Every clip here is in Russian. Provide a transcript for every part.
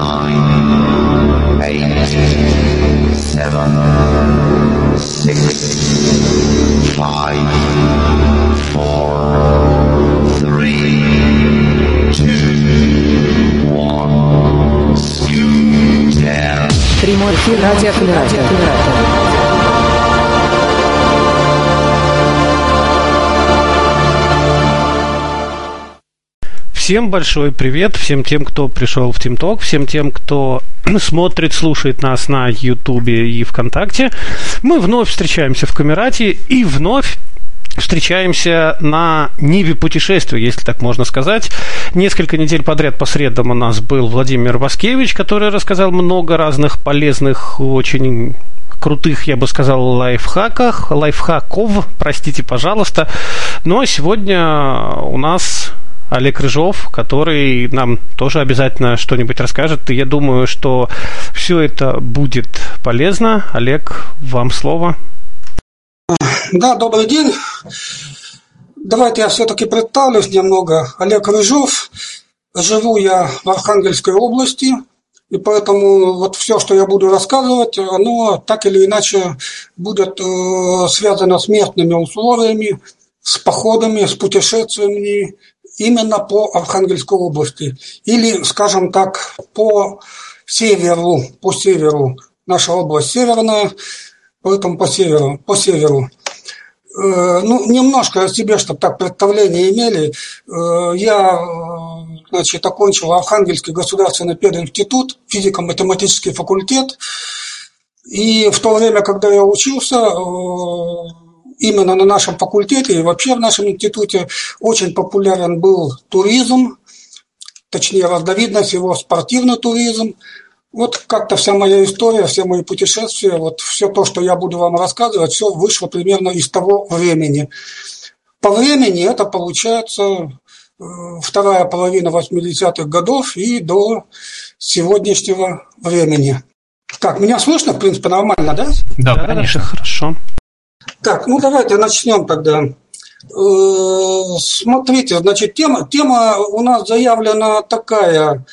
9, 8, 7, 6, 5, 4, 3, 2, 1, 0. Прямой эфир радиоаккумулятор. Всем большой привет, всем тем, кто пришел в ТимТок, всем тем, кто смотрит, слушает нас на Ютубе и ВКонтакте. Мы вновь встречаемся в Камерате и вновь встречаемся на ниве путешествия, если так можно сказать. Несколько недель подряд по средам у нас был Владимир Васкевич, который рассказал много разных полезных, очень крутых, я бы сказал, лайфхаков, простите, пожалуйста. Но сегодня у нас Олег Рыжов, который нам тоже обязательно что-нибудь расскажет. И я думаю, что все это будет полезно. Олег, вам слово. Да, добрый день. Давайте я все-таки представлюсь немного. Олег Рыжов. Живу я в Архангельской области. И поэтому вот все, что я буду рассказывать, оно так или иначе будет связано с местными условиями, с походами, с путешествиями именно по Архангельской области. Или, скажем так, по северу. Наша область северная, поэтому по северу. Немножко о себе, чтобы так представление имели. Я, окончил Архангельский государственный пединститут, физико-математический факультет. И в то время, когда я учился, именно на нашем факультете и вообще в нашем институте очень популярен был туризм, точнее разновидность его спортивный туризм. Вот как-то вся моя история, все мои путешествия, вот все то, что я буду вам рассказывать, все вышло примерно из того времени. По времени это получается вторая половина 80-х годов и до сегодняшнего времени. Так, меня слышно, в принципе, нормально, да? Да, конечно, хорошо. Так, давайте начнем тогда. Смотрите, тема у нас заявлена такая.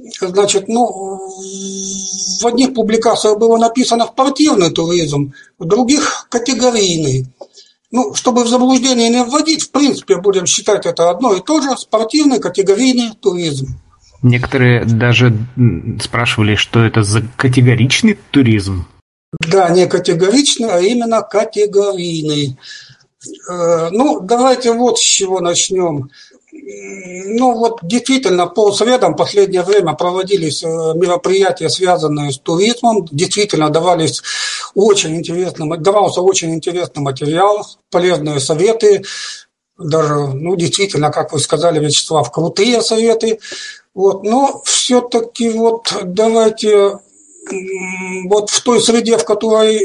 В одних публикациях было написано спортивный туризм, в других категорийный. Чтобы в заблуждение не вводить, в принципе, будем считать это одно и то же, спортивный категорийный туризм. Некоторые даже спрашивали, что это за категоричный туризм. Да, не категоричный, а именно категорийный. Давайте вот с чего начнем. Действительно, по средам в последнее время проводились мероприятия, связанные с туризмом. Действительно, давался очень интересный материал, полезные советы. Даже, действительно, как вы сказали, Вячеслав, крутые советы. Но все-таки давайте в той среде, в которой,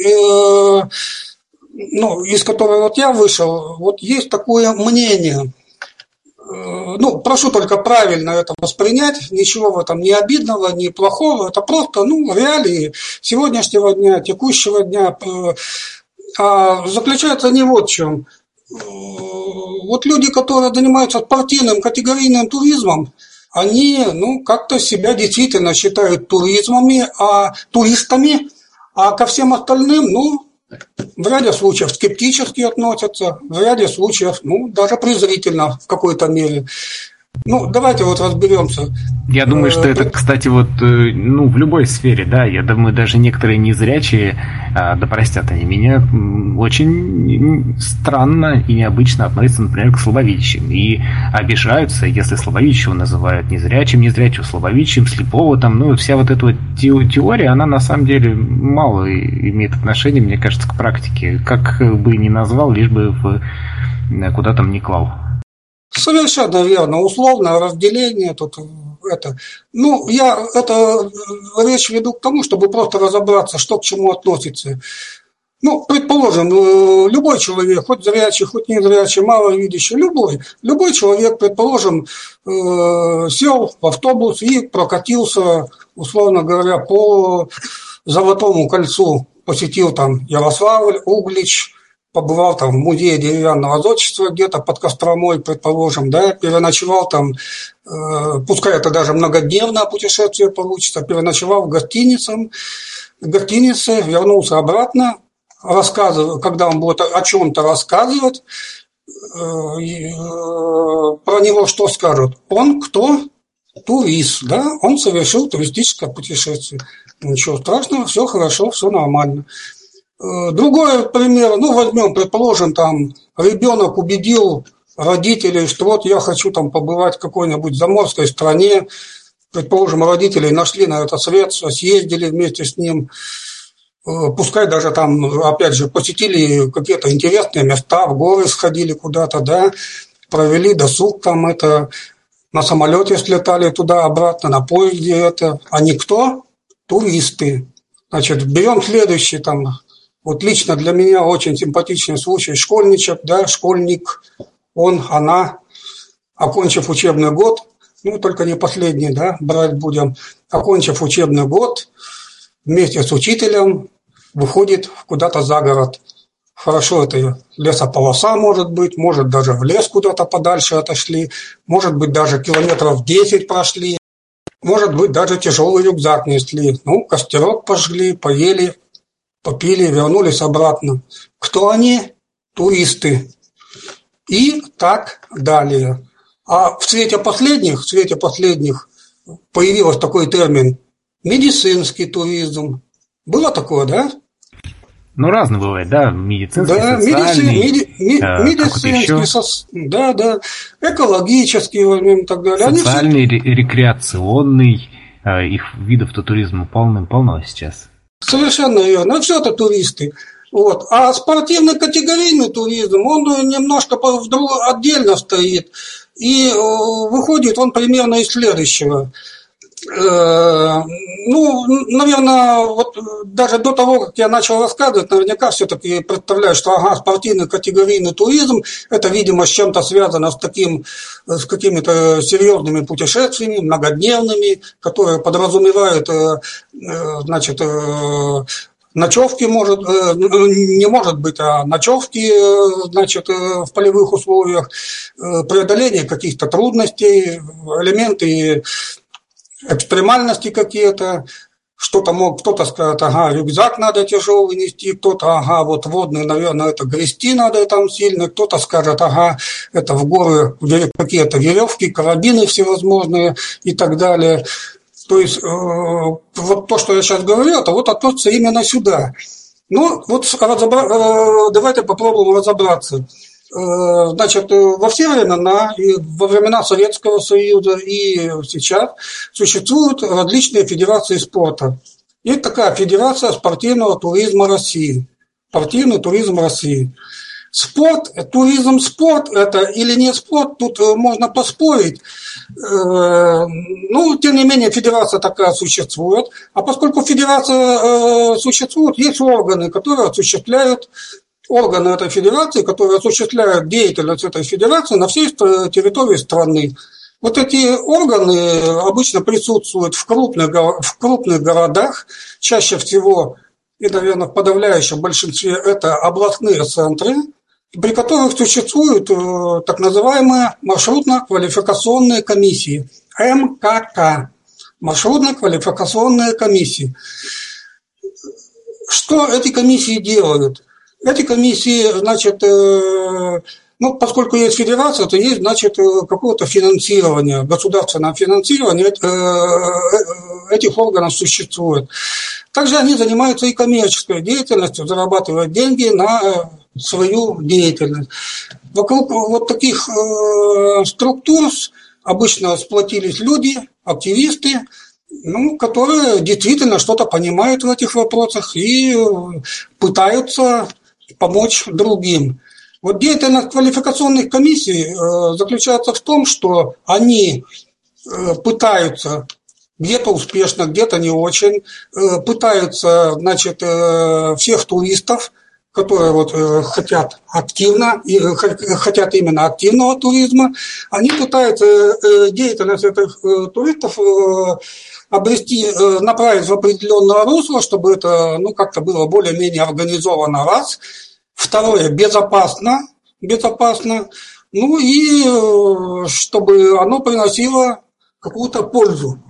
из которой я вышел, есть такое мнение. Прошу только правильно это воспринять, ничего в этом не обидного, не плохого, это просто, реалии сегодняшнего дня, текущего дня. Заключается не вот в чем. Люди, которые занимаются спортивным категорийным туризмом, они, как-то себя действительно считают туристами, а ко всем остальным, в ряде случаев скептически относятся, в ряде случаев, даже презрительно в какой-то мере. Давайте разберемся. Я думаю, что это, кстати, в любой сфере, да, я думаю, даже некоторые незрячие, да простят они меня, очень странно и необычно относятся, например, к слабовидящим. И обижаются, если слабовидящего называют незрячего слабовидящим, слепого, вся вот эта теория, она на самом деле мало имеет отношения, мне кажется, к практике. Как бы ни назвал, лишь бы куда там не клал. Совершенно верно. Условное разделение тут это. Я речь веду к тому, чтобы просто разобраться, что к чему относится. Предположим, любой человек, хоть зрячий, хоть незрячий, маловидящий, любой человек, предположим, сел в автобус и прокатился, условно говоря, по Золотому кольцу, посетил там Ярославль, Углич, побывал там в музее деревянного зодчества где-то под Костромой, предположим, да, переночевал там, пускай это даже многодневное путешествие получится, переночевал в гостинице, вернулся обратно, рассказывал, когда он будет о чем-то рассказывать, про него что скажут? Он кто? Турист, да? Он совершил туристическое путешествие. Ничего страшного, все хорошо, все нормально. Другой пример, возьмем, предположим, там ребенок убедил родителей, что вот я хочу там побывать в какой-нибудь заморской стране. Предположим, родители нашли на это средства, съездили вместе с ним. Пускай даже там, опять же, посетили какие-то интересные места, в горы сходили куда-то, да, провели досуг там это, на самолете слетали туда-обратно, на поезде это. А никто? Туристы. Значит, берем следующий там, вот лично для меня очень симпатичный случай, школьничек, да, школьник, она, окончив учебный год, только не последний, да, брать будем, окончив учебный год, вместе с учителем выходит куда-то за город. Хорошо, это лесополоса может быть, может даже в лес куда-то подальше отошли, может быть даже километров 10 прошли, может быть даже тяжелый рюкзак несли. Костерок пожгли, поели, попили, вернулись обратно. Кто они? Туристы. И так далее. А в свете последних появился такой термин медицинский туризм. Было такое, да? Разный бывает, да, медицинский, да, социальный, медицинский, да, экологический, возьмем и так далее. Социальный, рекреационный, их видов-то туризма полным-полно сейчас. Совершенно верно, все это туристы. Вот. А спортивный категорийный туризм, он немножко отдельно стоит. И выходит он примерно из следующего. Наверное, вот даже до того, как я начал рассказывать, наверняка все-таки представляю, что спортивный категорийный туризм, это, видимо, с чем-то связано с какими-то серьезными путешествиями, многодневными, которые подразумевают, ночевки не может быть, а ночевки, в полевых условиях, преодоление каких-то трудностей, элементы экстремальности какие-то, кто-то скажет, рюкзак надо тяжелый нести, кто-то, вот водный, наверное, это грести надо там сильно, кто-то скажет, это в горы какие-то веревки, карабины всевозможные и так далее. То есть, вот то, что я сейчас говорю, это вот относится именно сюда. Давайте попробуем разобраться. Во все времена, и во времена Советского Союза, и сейчас существуют различные федерации спорта. Есть такая федерация спортивного туризма России. Спортивный туризм России. Спорт, туризм, спорт это или не спорт, тут можно поспорить. Тем не менее, федерация такая существует. А поскольку федерация существует, есть органы, которые осуществляют органы этой федерации, которые осуществляют деятельность этой федерации на всей территории страны. Вот эти органы обычно присутствуют в крупных городах, чаще всего, и, наверное, в подавляющем большинстве, это областные центры, при которых существуют так называемые маршрутно-квалификационные комиссии, МКК, маршрутно-квалификационные комиссии. Что эти комиссии делают? Эти комиссии, поскольку есть федерация, то есть, какое-то финансирование, государственное финансирование этих органов существует. Также они занимаются и коммерческой деятельностью, зарабатывают деньги на свою деятельность. Вокруг вот таких структур обычно сплотились люди, активисты, которые действительно что-то понимают в этих вопросах и пытаются помочь другим. Вот деятельность квалификационных комиссий заключается в том, что они пытаются, где-то успешно, где-то не очень, пытаются, всех туристов, которые хотят хотят именно активного туризма, они пытаются деятельность этих туристов направить в определенное русло, чтобы это как-то было более-менее организовано раз. Второе, безопасно. Ну и чтобы оно приносило какую-то пользу.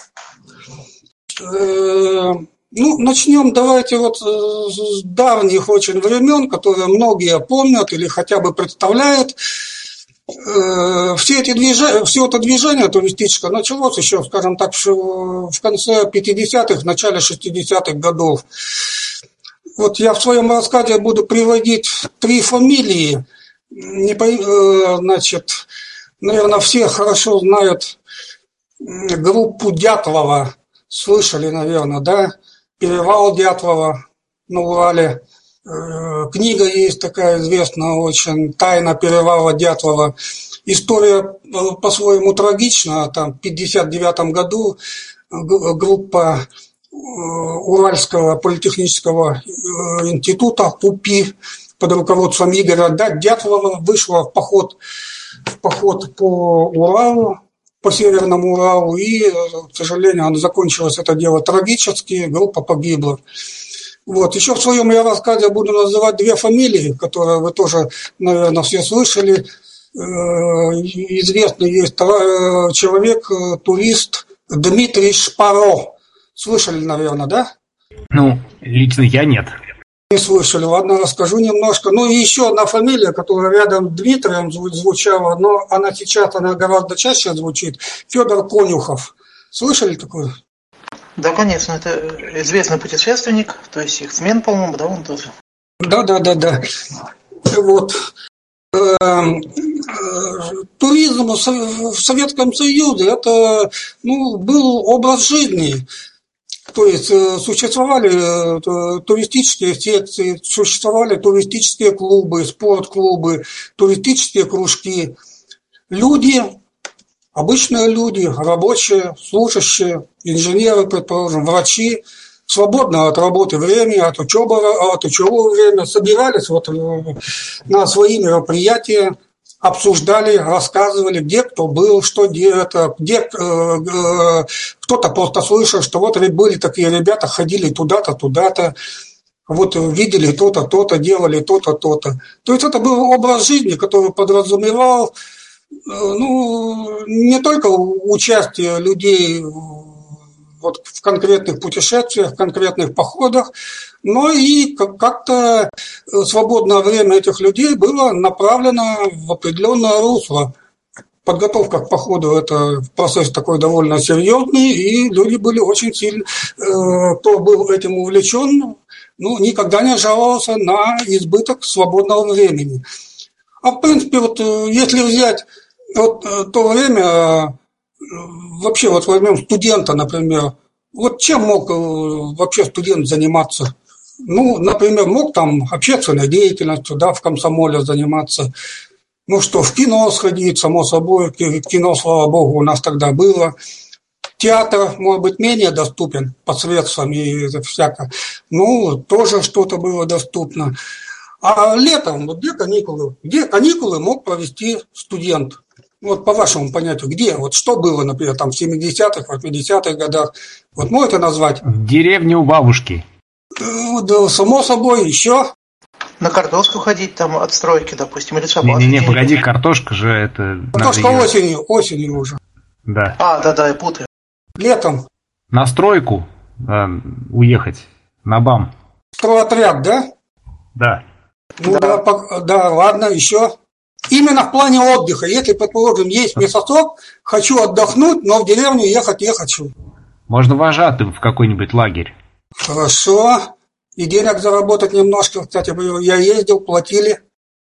Ну, начнем давайте вот с давних очень времен, которые многие помнят или хотя бы представляют. Все это движение туристическое началось еще, скажем так, в конце 50-х, в начале 60-х годов. Вот я в своем рассказе буду приводить 3 фамилии. Значит, наверное, все хорошо знают группу Дятлова. Слышали, наверное, да? Перевал Дятлова на Урале. Книга есть такая известная очень, «Тайна перевала Дятлова». История по-своему трагична. Там в 1959 году группа Уральского политехнического института УПИ под руководством Игоря Дятлова вышла в поход по Уралу, по Северному Уралу, и, к сожалению, закончилось это дело трагически, группа погибла. Вот. Еще в своем я рассказе буду называть 2 фамилии, которые вы тоже, наверное, все слышали. Известный есть человек, турист Дмитрий Шпаро. Слышали, наверное, да? Ну, лично я нет. Не слышали, ладно, расскажу немножко. Ну и еще одна фамилия, которая рядом с Дмитрием звучала, но она сейчас гораздо чаще звучит. Федор Конюхов. Слышали такое? Да, конечно, это известный путешественник, то есть яхтсмен, по-моему, да, он тоже. Да. Вот. Туризм в Советском Союзе это был образ жизни. То есть существовали туристические секции, существовали туристические клубы, спортклубы, туристические кружки. Люди, обычные люди, рабочие, служащие, инженеры, предположим, врачи, свободное от работы время, от учебы время, собирались на свои мероприятия, обсуждали, рассказывали, где кто был, что где кто-то просто слышал, что вот были такие ребята, ходили туда-то, туда-то, вот видели то-то, то-то, делали то-то, то-то. То есть это был образ жизни, который подразумевал не только участие людей вот в конкретных путешествиях, в конкретных походах, но и как-то свободное время этих людей было направлено в определенное русло. Подготовка к походу – это процесс такой довольно серьезный, и люди были очень сильно, кто был этим увлечен, никогда не жаловался на избыток свободного времени. А в принципе, вот если взять то время, вообще вот возьмем студента, например, вот чем мог вообще студент заниматься? Например, мог там общественной деятельностью, да, в комсомоле заниматься. В кино сходить, само собой, кино, слава богу, у нас тогда было. Театр, может быть, менее доступен по средствам и всякое. Тоже что-то было доступно. А летом, где каникулы? Где каникулы мог провести студент? Вот по вашему понятию, где? Вот что было, например, там в 70-х, 80-х годах? Вот можете назвать? В деревне у бабушки. Да, само собой, еще. На картошку ходить там от стройки, допустим, или шабаш. Не, погоди, картошка же это... Картошка осенью уже. Да. Да, я путаю. Летом. На стройку уехать, на БАМ. Стройотряд, да? Да. Да, ладно, еще. Именно в плане отдыха. Если, предположим, есть мясосок, хочу отдохнуть, но в деревню ехать я хочу. Можно вожатым в какой-нибудь лагерь. Хорошо. И денег заработать немножко. Кстати, я ездил, платили.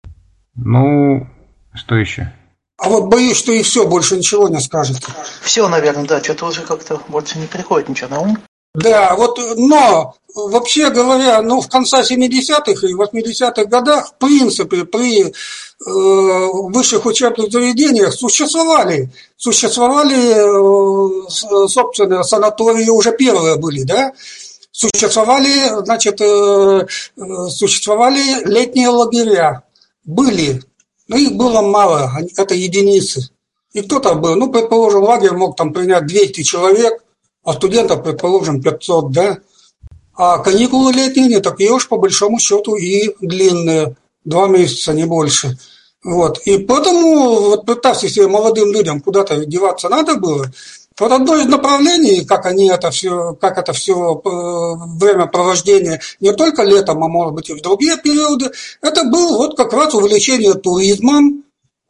Что еще? А вот боюсь, что и все, больше ничего не скажете. Все, наверное, да. Что-то уже как-то больше не приходит ничего на ум. Да, но вообще говоря, в конце 70-х и 80-х годах, в принципе, при высших учебных заведениях существовали, собственно, санатории уже первые были, да? Существовали летние лагеря, были, но их было мало, это единицы. И кто-то был, предположим, лагерь мог там принять 200 человек, а студентов, предположим, 500, да? А каникулы летние не такие уж по большому счету и длинные, 2 месяца, не больше. Вот. И поэтому, вот представьте себе, молодым людям куда-то деваться надо было. Вот одно из направлений, как это все времяпровождение не только летом, а может быть и в другие периоды, это было вот как раз увлечение туризмом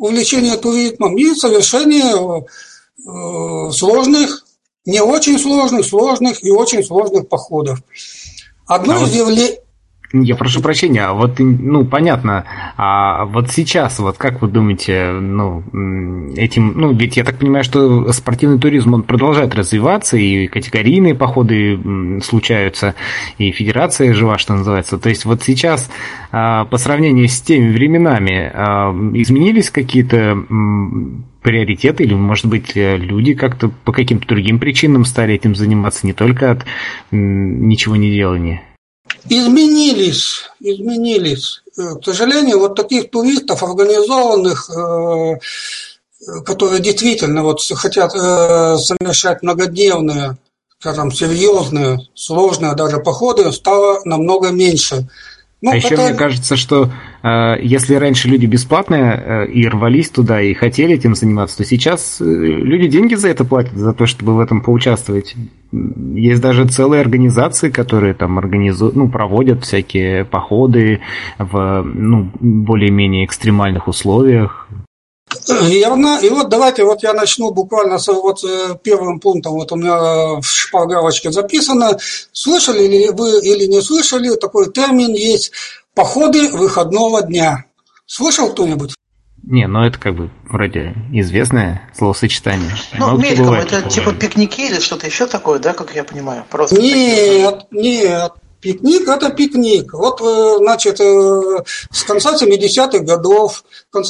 и совершение сложных, не очень сложных, сложных и очень сложных походов. Одно из явлений... Я прошу прощения, а вот, понятно, а вот сейчас, вот как вы думаете, этим, ведь я так понимаю, что спортивный туризм, он продолжает развиваться, и категорийные походы случаются, и федерация жива, что называется, то есть вот сейчас, по сравнению с теми временами, изменились какие-то приоритеты, или, может быть, люди как-то по каким-то другим причинам стали этим заниматься, не только от ничего не делания? Изменились. К сожалению, вот таких туристов, организованных, которые действительно вот хотят совершать многодневные, скажем, серьезные, сложные даже походы, стало намного меньше. Еще мне кажется, что если раньше люди бесплатно и рвались туда, и хотели этим заниматься, то сейчас люди деньги за это платят, за то, чтобы в этом поучаствовать. Есть даже целые организации, которые там проводят всякие походы в более-менее экстремальных условиях. Верно. И вот давайте я начну буквально с первым пунктом. Вот у меня в шпаргалочке записано. Слышали ли вы или не слышали, такой термин есть — походы выходного дня. Слышал кто-нибудь? Не, это как бы вроде известное словосочетание. Мельком, это типа пикники или что-то еще такое, да, как я понимаю? Просто Нет. Пикник – это пикник. Вот, значит, с конца 70-х годов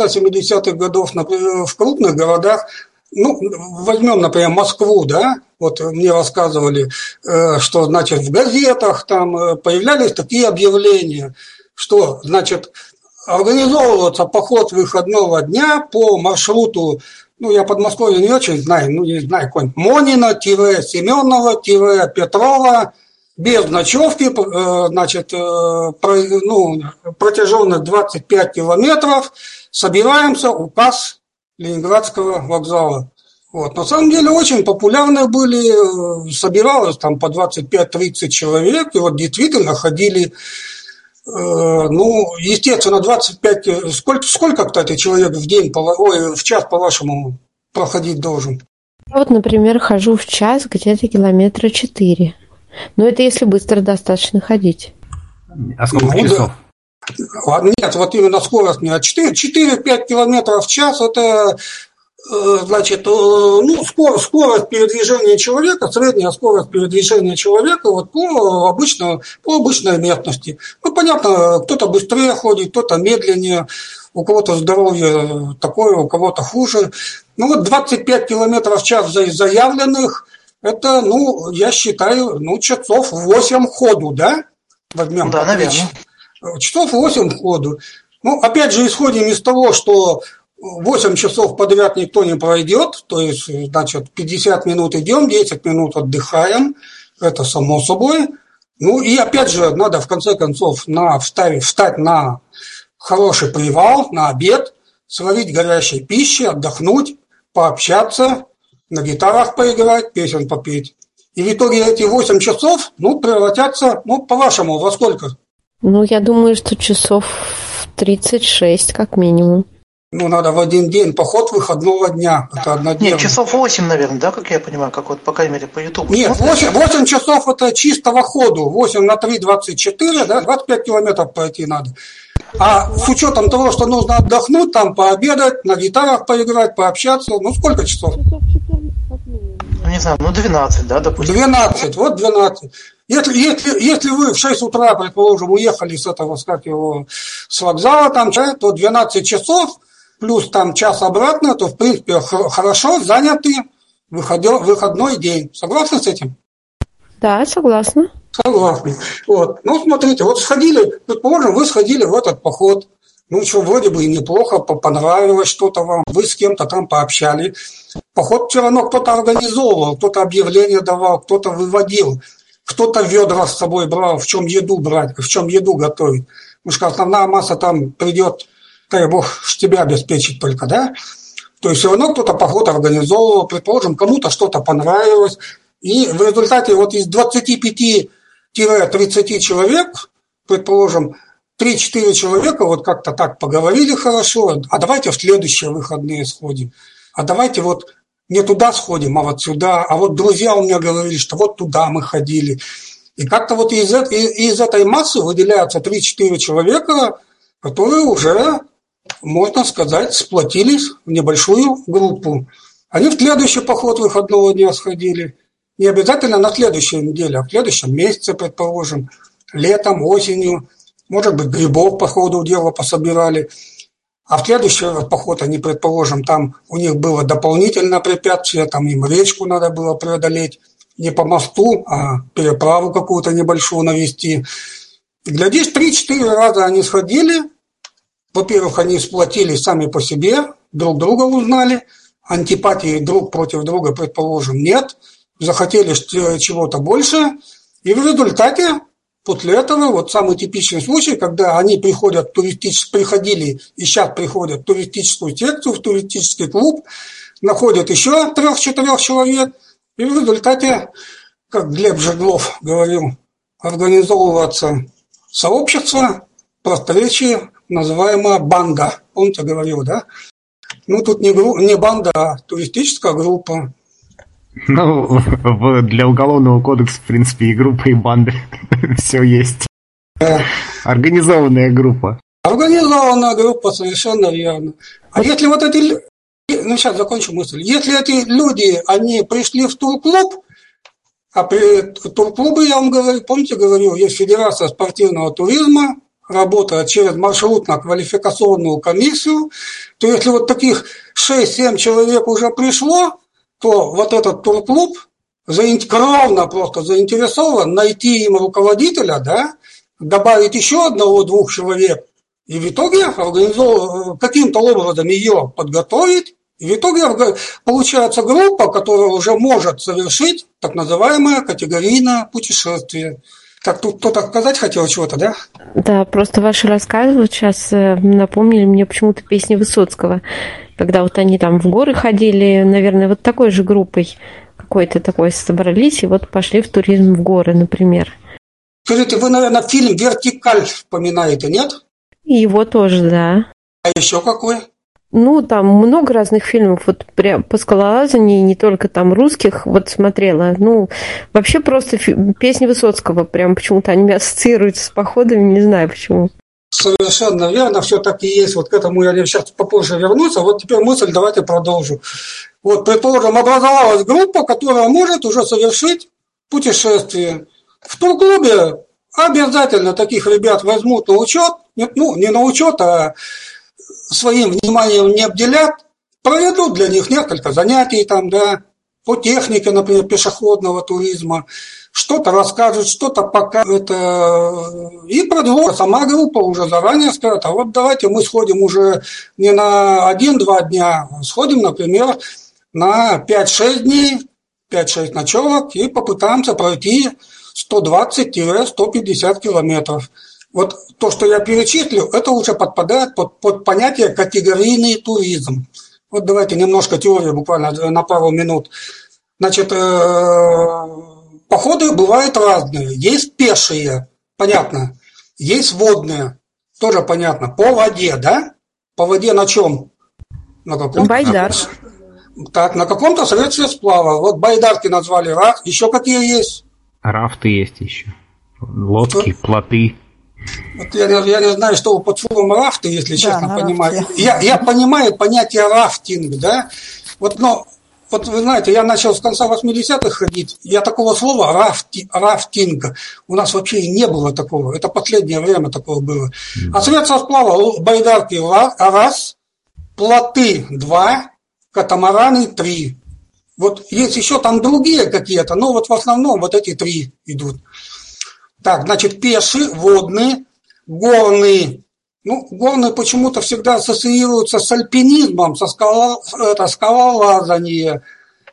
в крупных городах, возьмем, например, Москву, да, вот мне рассказывали, что, значит, в газетах там появлялись такие объявления, что, значит, организовывается поход выходного дня по маршруту, я Подмосковье не очень знаю, не знаю, какой-нибудь Монина-Семенова-Петрова, без ночевки, значит, протяженность 25 километров, собираемся у касс Ленинградского вокзала. Вот. На самом деле очень популярны были, собиралось там по 25-30 человек, и вот действительно ходили, естественно, 25, сколько, кстати, человек в час, по-вашему, проходить должен? Вот, например, хожу в час где-то 4 километра. Но это если быстро достаточно ходить. А сколько часов? Нет, вот именно скорость не 4-5 километров в час, это, значит, скорость передвижения человека, средняя скорость передвижения человека вот по обычной местности. Понятно, кто-то быстрее ходит, кто-то медленнее, у кого-то здоровье такое, у кого-то хуже. 25 километров в час заявленных, это, я считаю, часов 8 ходу, да? Возьмем. Да, наверное. Часов 8 ходу. Опять же, исходим из того, что 8 часов подряд никто не пройдет, то есть, значит, 50 минут идем, 10 минут отдыхаем, это само собой. И опять же, надо в конце концов встать на хороший привал, на обед, словить горячей пищи, отдохнуть, пообщаться, на гитарах поиграть, песен попеть. И в итоге эти 8 часов, превратятся, по-вашему, во сколько? Я думаю, что часов 36 как минимум. Надо в один день, поход выходного дня. Это однодневно. Нет, часов 8, наверное, да, как я понимаю, как вот, по крайней мере, по Ютубу. Нет, 8 часов это чистого ходу. 8 на 3, 24, да, 25 километров пройти надо. А с учетом того, что нужно отдохнуть, там пообедать, на гитарах поиграть, пообщаться, сколько часов? Не знаю, 12, да, допустим. 12, вот 12. Если вы в 6 утра, предположим, уехали с вокзала, то 12 часов, плюс там час обратно, то, в принципе, хорошо занятый выходной день. Согласны с этим? Да, согласна. Согласны. Вот. Смотрите, предположим, вы сходили в этот поход. Вроде бы и неплохо, понравилось что-то вам, вы с кем-то там пообщались. Поход все равно кто-то организовывал, кто-то объявление давал, кто-то выводил. кто-то ведра с собой брал, в чем еду брать, в чем еду готовить. Потому что основная масса там придет, дай бог, тебя обеспечить только, да? То есть все равно кто-то поход организовывал, предположим, кому-то что-то понравилось. И в результате вот из 25-30 человек, предположим, 3-4 человека вот как-то так поговорили хорошо, а давайте в следующие выходные сходим, а давайте вот не туда сходим, а вот сюда, а вот друзья у меня говорили, что вот туда мы ходили. И как-то вот из этой массы выделяются 3-4 человека, которые уже, можно сказать, сплотились в небольшую группу. Они в следующий поход выходного дня сходили. Не обязательно на следующей неделе, а в следующем месяце, предположим, летом, осенью. Может быть, грибов по ходу дела пособирали. А в следующий поход они, предположим, там у них было дополнительное препятствие, там им речку надо было преодолеть. Не по мосту, а переправу какую-то небольшую навести. И, глядишь, 3-4 раза они сходили. Во-первых, они сплотились сами по себе, друг друга узнали. Антипатии друг против друга, предположим, нет. Захотели чего-то больше. И в результате после этого вот самый типичный случай, когда они приходили и сейчас приходят в туристическую секцию, в туристический клуб, находят еще 3-4 человек, и в результате, как Глеб Жеглов говорил, организовываться сообщество, просторечие, называемая банда. Помните, говорил, да? Ну, тут не банда, а туристическая группа. Ну, для уголовного кодекса, в принципе, и группа, и банды все есть. Организованная группа. Организованная группа, совершенно верно. А если вот эти... Ну, сейчас закончу мысль. Если эти люди, они пришли в турклуб, а при турклубе, я вам говорю, помните, говорил, есть Федерация спортивного туризма, работает через маршрутно-квалификационную комиссию, то если вот таких 6-7 человек уже пришло, то вот этот турклуб кровно просто заинтересован найти им руководителя, да, добавить еще 1-2 человек, и в итоге каким-то образом ее подготовить, и в итоге получается группа, которая уже может совершить так называемое категорийное путешествие. Так, тут кто-то сказать хотел чего-то, да? Да, просто ваши рассказы вот сейчас напомнили мне почему-то песни Высоцкого, когда вот они там в горы ходили, наверное, вот такой же группой какой-то такой собрались и вот пошли в туризм в горы, например. Скажите, вы, наверное, фильм «Вертикаль» вспоминаете, нет? И его тоже, да. А еще какой? Ну, там много разных фильмов, вот прям по скалолазанию, не только там русских, вот смотрела. Ну, вообще просто песни Высоцкого, прям почему-то они ассоциируются с походами, не знаю почему. Совершенно верно, все так и есть. Вот к этому я сейчас попозже вернусь, а вот теперь мысль давайте продолжу. Вот, предположим, образовалась группа, которая может уже совершить путешествие. В турклубе обязательно таких ребят возьмут на учет, ну, не на учет, а своим вниманием не обделят, проведут для них несколько занятий там, да, по технике, например, пешеходного туризма, что-то расскажут, что-то покажут, и продвинут. Сама группа уже заранее скажет, а вот давайте мы сходим уже не на 1-2 дня, а сходим, например, на 5-6 дней, 5-6 ночевок и попытаемся пройти 120-150 километров. Вот то, что я перечислил, это уже подпадает под понятие категорийный туризм. Вот давайте немножко теории, буквально на пару минут. Значит, походы бывают разные. Есть пешие, понятно. Есть водные, тоже понятно. По воде, да? По воде на чем? На каком-то... Байдар. Так, на каком-то средстве сплава. Вот байдарки назвали раз. Еще какие есть? Рафты есть еще. Лодки, плоты. Вот я не знаю, что вы под словом рафты, если честно понимаю. Я понимаю понятие рафтинг, да. Вот, но, вот вы знаете, я начал с конца 80-х ходить. Я такого слова рафтинг у нас вообще и не было такого. Это последнее время такого было. А средства сплава байдарки раз, плоты 2, катамараны 3. Вот есть еще там другие какие-то, но вот в основном вот эти 3 идут. Так, значит, пешие, водные, горные. Ну, горные почему-то всегда ассоциируются с альпинизмом, со скалолазанием.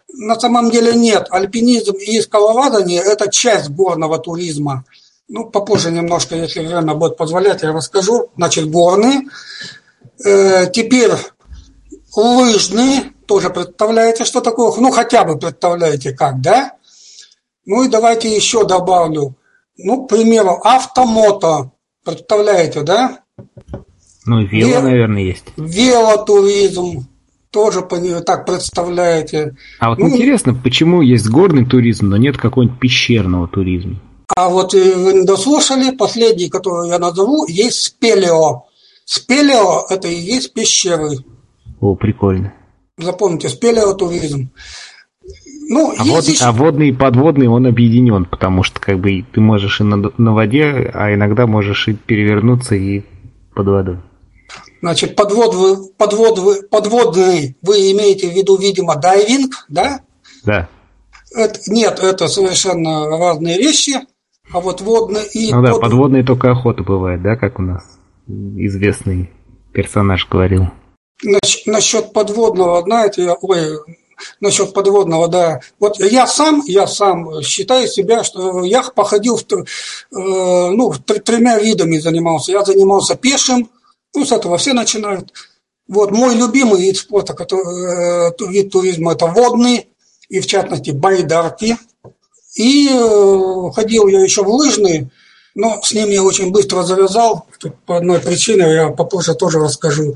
На самом деле нет. Альпинизм и скалолазание – это часть горного туризма. Ну, попозже немножко, если время будет позволять, я расскажу. Значит, горный. Теперь лыжный. Тоже представляете, что такое? Ну, хотя бы представляете как, да? Ну, и давайте еще добавлю. Ну, к примеру, автомото. Представляете, да? Ну, вело, наверное, есть. Велотуризм. Тоже так представляете. А вот интересно, почему есть горный туризм, но нет какого-нибудь пещерного туризма? А вот вы не дослушали, последний, который я назову, есть спелео. Спелео – это и есть пещеры. О, прикольно. Запомните, спелеотуризм. Ну, а водный и подводный он объединен, потому что как бы ты можешь и на воде, а иногда можешь и перевернуться и под водой. Значит, подводный вы имеете в виду, видимо, дайвинг, да? Да. Нет, это совершенно разные вещи. А вот водный и... Ну да, подводные только охота бывает, да, как у нас известный персонаж говорил. Насчет подводного, знаете, насчет подводного, да. Вот я сам считаю себя, что я походил тремя видами занимался. Я занимался пешим, ну, с этого все начинают. Вот мой любимый вид спорта, вид туризма, это водный, и в частности байдарки. И ходил я еще в лыжный, но с ним я очень быстро завязал. По одной причине, я попозже тоже расскажу.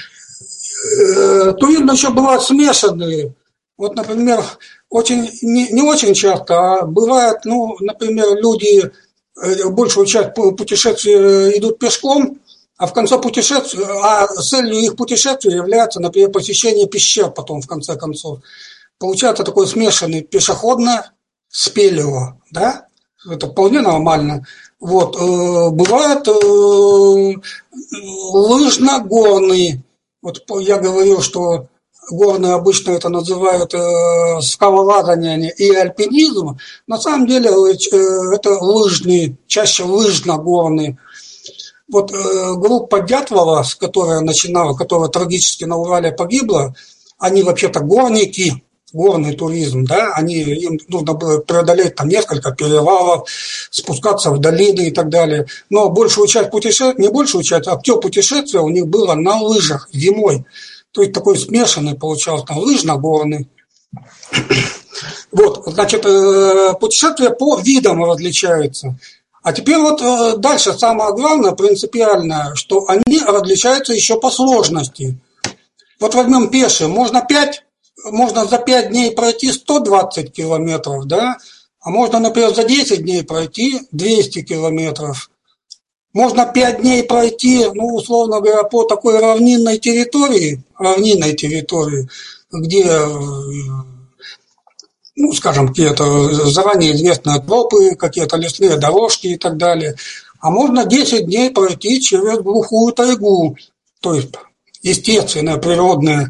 Туризм еще бывают смешанные. Вот, например, не очень часто, а бывает, ну, например, люди большую часть путешествий идут пешком, а в конце путешествия, целью их путешествия является, например, посещение пещер потом, в конце концов. Получается такой смешанный пешеходное спелео, да? Это вполне нормально. Вот. Бывает лыжно-горный. Вот я говорил, что горные обычно это называют скалолазание и альпинизм. На самом деле это лыжный, чаще лыжно-горный. Вот группа Дятлова, которая трагически на Урале погибла, они вообще-то горники, горный туризм, да, им нужно было преодолеть там несколько перевалов, спускаться в долины и так далее. Но большую часть путешествия, не большую часть, а все путешествия у них было на лыжах зимой. То есть такой смешанный получался, лыжно-горный. Вот, значит, путешествия по видам различаются. А теперь вот дальше самое главное, принципиальное, что они различаются еще по сложности. Вот возьмем пешие, можно за 5 дней пройти 120 километров, да, а можно, например, за 10 дней пройти 200 километров. Можно 5 дней пройти, ну, условно говоря, по такой равнинной территории, где, ну, скажем, какие-то заранее известные тропы, какие-то лесные дорожки и так далее. А можно 10 дней пройти через глухую тайгу, то есть естественное природное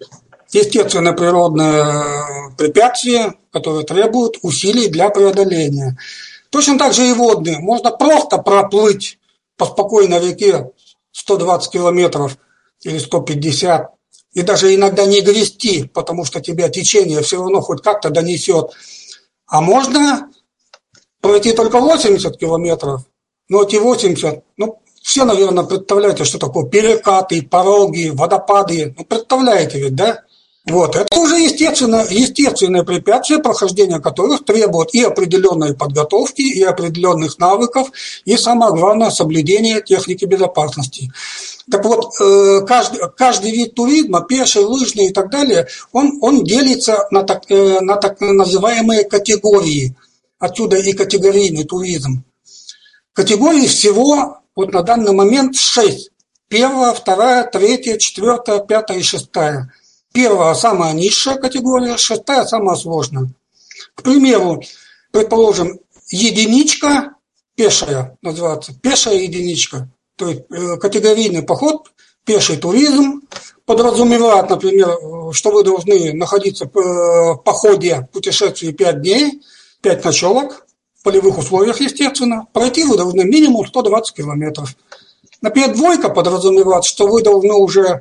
препятствие, которое требует усилий для преодоления. Точно так же и водные. Можно просто проплыть по спокойной реке 120 километров или 150, и даже иногда не грести, потому что тебя течение все равно хоть как-то донесет. А можно пройти только 80 километров, но эти 80, все, наверное, представляете, что такое перекаты, пороги, водопады. Представляете ведь, да? Вот, это уже естественное препятствие, прохождение которых требует и определенной подготовки, и определенных навыков, и, самое главное, соблюдения техники безопасности. Так вот, каждый вид туризма, пеший, лыжный и так далее, он делится на так называемые категории. Отсюда и категорийный туризм. Категорий всего вот на данный момент 6. 1, 2, 3, 4, 5 и 6. 1 самая низшая категория, 6 самая сложная. К примеру, предположим, единичка, пешая называется, пешая единичка. То есть категорийный поход, пеший туризм подразумевает, например, что вы должны находиться в походе, в путешествии 5 дней, 5 ночевок, в полевых условиях, естественно. Пройти вы должны минимум 120 километров. Например, двойка подразумевает, что вы должны уже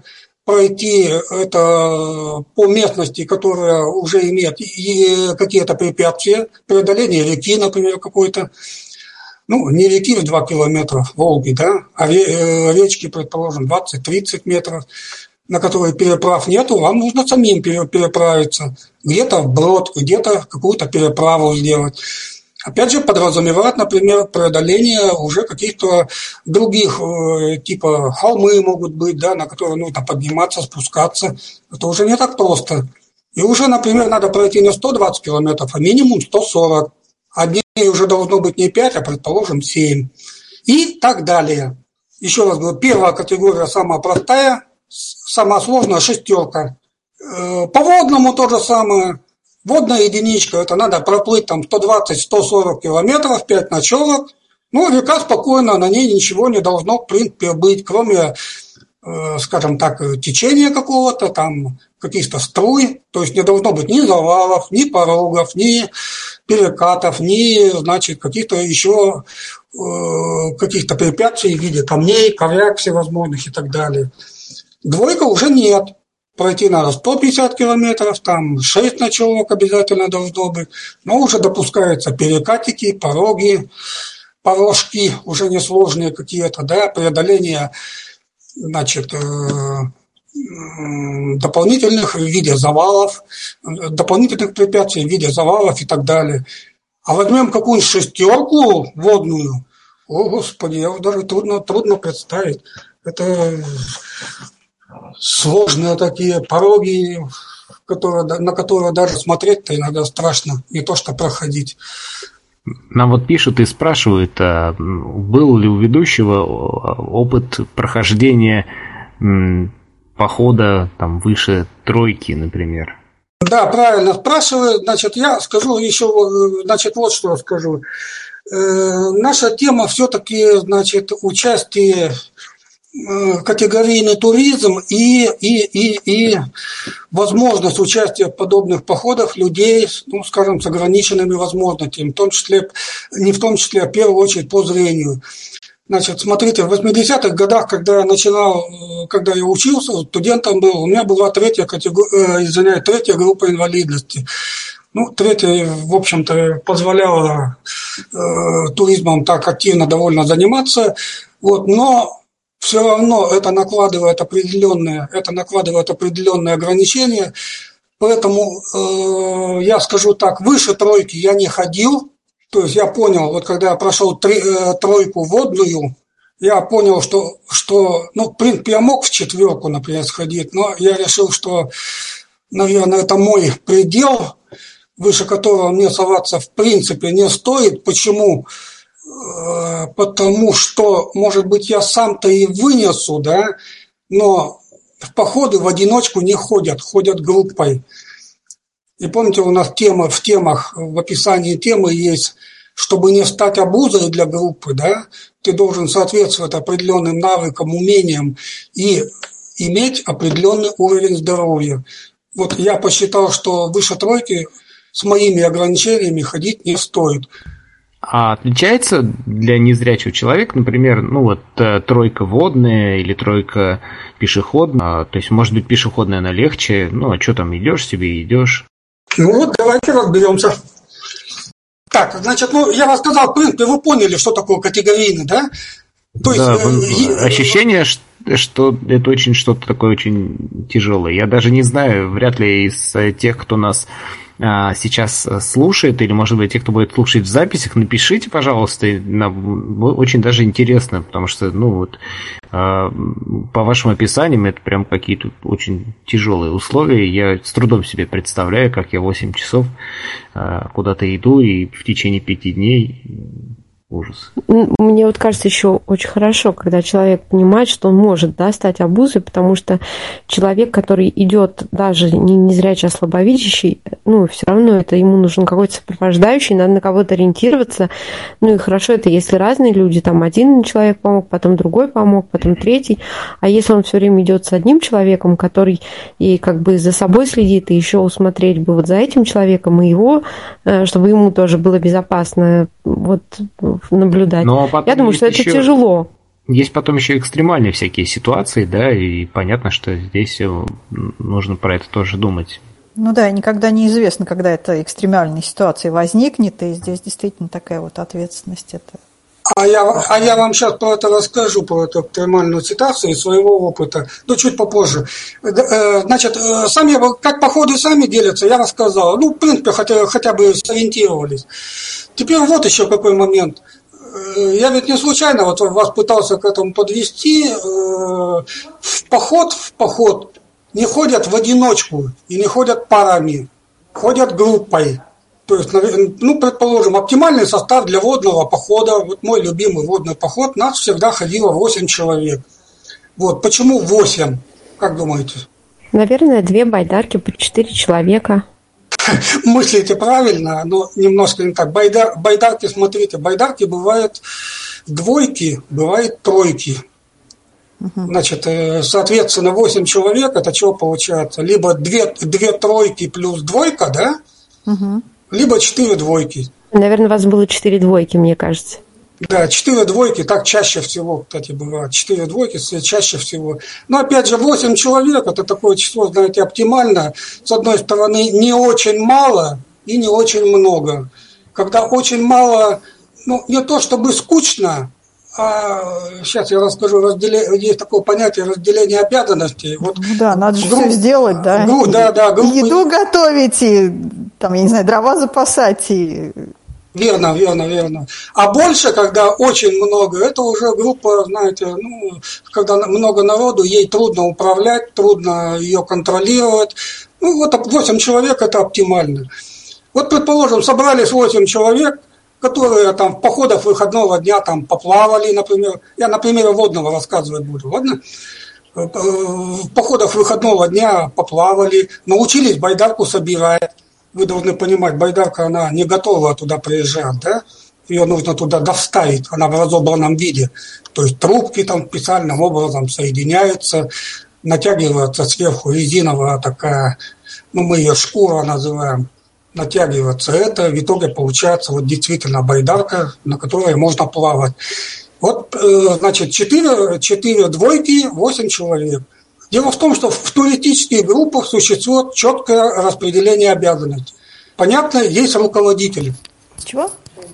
пройти это по местности, которая уже имеет и какие-то препятствия, преодоление реки, например, какой-то, ну, не реки в 2 километра, Волги, да, а речки, предположим, 20-30 метров, на которые переправ нету, вам нужно самим переправиться. Где-то вброд, где-то какую-то переправу сделать. Опять же, подразумевает, например, преодоление уже каких-то других, типа холмы могут быть, да, на которые нужно подниматься, спускаться. Это уже не так просто. И уже, например, надо пройти не 120 километров, а минимум 140. А дней уже должно быть не 5, а, предположим, 7. И так далее. Еще раз говорю, первая категория самая простая, самая сложная – 6. По водному то же самое. Водная единичка, это надо проплыть там 120-140 километров, 5 ночевок. Ну, река спокойно, на ней ничего не должно, в принципе, быть, кроме, скажем так, течения какого-то, там, каких-то струй. То есть не должно быть ни завалов, ни порогов, ни перекатов, ни, значит, каких-то еще каких-то препятствий в виде камней, коряк всевозможных и так далее. 2 уже нет. Пройти надо 150 километров, там 6 ночевок обязательно должно быть. Но уже допускаются перекатики, пороги, порожки, уже несложные какие-то, да, преодоление, значит, дополнительных в виде завалов, дополнительных препятствий в виде завалов и так далее. А возьмем какую-нибудь 6 водную, о, Господи, даже трудно представить. Это сложные такие пороги, на которые даже смотреть-то иногда страшно, не то что проходить. Нам вот пишут и спрашивают, а был ли у ведущего опыт прохождения похода там выше 3, например? Да, правильно спрашивают. Значит, я скажу еще, значит, вот что скажу. Наша тема все-таки, значит, участие, категорийный туризм и возможность участия в подобных походах людей, ну, скажем, с ограниченными возможностями, в том числе, не в том числе, а в первую очередь по зрению. Значит, смотрите, в 80-х годах, когда я начинал, когда я учился, студентом был, у меня была 3 группа инвалидности. Ну, 3, в общем-то, позволяла туризмом так активно довольно заниматься, вот, но все равно это накладывает определенные ограничения, поэтому я скажу так, выше 3 я не ходил, то есть я понял, вот когда я прошел 3 водную, я понял, что, ну, в принципе, я мог в 4, например, сходить, но я решил, что, наверное, это мой предел, выше которого мне соваться в принципе не стоит. Почему? Потому что, может быть, я сам-то и вынесу, да, но в походы в одиночку не ходят, ходят группой. И помните, у нас в описании темы есть, чтобы не стать обузой для группы, да, ты должен соответствовать определенным навыкам, умениям и иметь определенный уровень здоровья. Вот я посчитал, что выше 3 с моими ограничениями ходить не стоит. А отличается для незрячего человека, например, ну вот 3 водная или 3 пешеходная, то есть, может быть, пешеходная она легче, ну а что там, идешь себе, идешь? Ну вот, давайте разберемся. Так, значит, ну я рассказал, в принципе, вы поняли, что такое категорийный, да? То есть, да, ощущение, что это очень что-то такое очень тяжелое. Я даже не знаю, вряд ли из тех, кто нас сейчас слушает, или, может быть, те, кто будет слушать в записях, напишите, пожалуйста, нам очень даже интересно, потому что, ну, вот, по вашим описаниям, это прям какие-то очень тяжелые условия. Я с трудом себе представляю, как я 8 часов куда-то иду, и в течение 5 дней... Ужас. Мне вот кажется еще очень хорошо, когда человек понимает, что он может, да, стать обузой, потому что человек, который идет даже не незрячий, а слабовидящий, ну, все равно это ему нужен какой-то сопровождающий, надо на кого-то ориентироваться. Ну и хорошо это, если разные люди, там один человек помог, потом другой помог, потом третий. А если он все время идет с одним человеком, который и как бы за собой следит, и еще усмотреть бы вот за этим человеком и его, чтобы ему тоже было безопасно вот наблюдать. Я думаю, что это тяжело. Есть потом еще экстремальные всякие ситуации, да, и понятно, что здесь нужно про это тоже думать. Ну да, никогда неизвестно, когда эта экстремальная ситуация возникнет, и здесь действительно такая вот ответственность. А я вам сейчас про это расскажу, про эту экстремальную ситуацию из своего опыта, но чуть попозже. Значит, сами, как походы сами делятся, я рассказал. Ну, в принципе, хотя бы сориентировались. Теперь вот еще какой момент. Я ведь не случайно вот вас пытался к этому подвести. В поход не ходят в одиночку и не ходят парами, ходят группой. То есть, ну, предположим, оптимальный состав для водного похода, вот мой любимый водный поход, нас всегда ходило 8 человек. Вот, почему 8, как думаете? Наверное, 2 байдарки по 4 человека. Мыслите правильно, но немножко не так. Байдарки, смотрите, байдарки бывают двойки, бывают тройки. Значит, соответственно, 8 человек, это что получается? Либо 2 тройки плюс двойка, да? Либо 4 двойки. Наверное, у вас было 4 двойки, мне кажется. Да, 4 двойки, так чаще всего, кстати, бывает. 4 двойки чаще всего. Но опять же, 8 человек, это такое число, знаете, оптимально. С одной стороны, не очень мало и не очень много. Когда очень мало, ну, не то чтобы скучно, сейчас я расскажу, есть такое понятие разделения обязанностей. Вот, ну да, надо же все сделать, да. И еду готовить, и там, я не знаю, дрова запасать. Верно. А больше, когда очень много, это уже группа, знаете, ну, когда много народу, ей трудно управлять, трудно ее контролировать. Ну, вот 8 человек – это оптимально. Вот, предположим, собрались 8 человек, которые там в походах выходного дня там поплавали, например. Я на примере водного рассказывать буду, ладно? В походах выходного дня поплавали, научились байдарку собирать. Вы должны понимать, байдарка, она не готова туда приезжать, да? Ее нужно туда доставить, она в разобранном виде. То есть трубки там специальным образом соединяются, натягивается сверху резиновая такая, ну мы ее шкура называем, натягивается это, в итоге получается вот действительно байдарка, на которой можно плавать. Вот, значит, 4 двойки, 8 человек. Дело в том, что в туристических группах существует четкое распределение обязанностей. Понятно, есть руководители. Чего?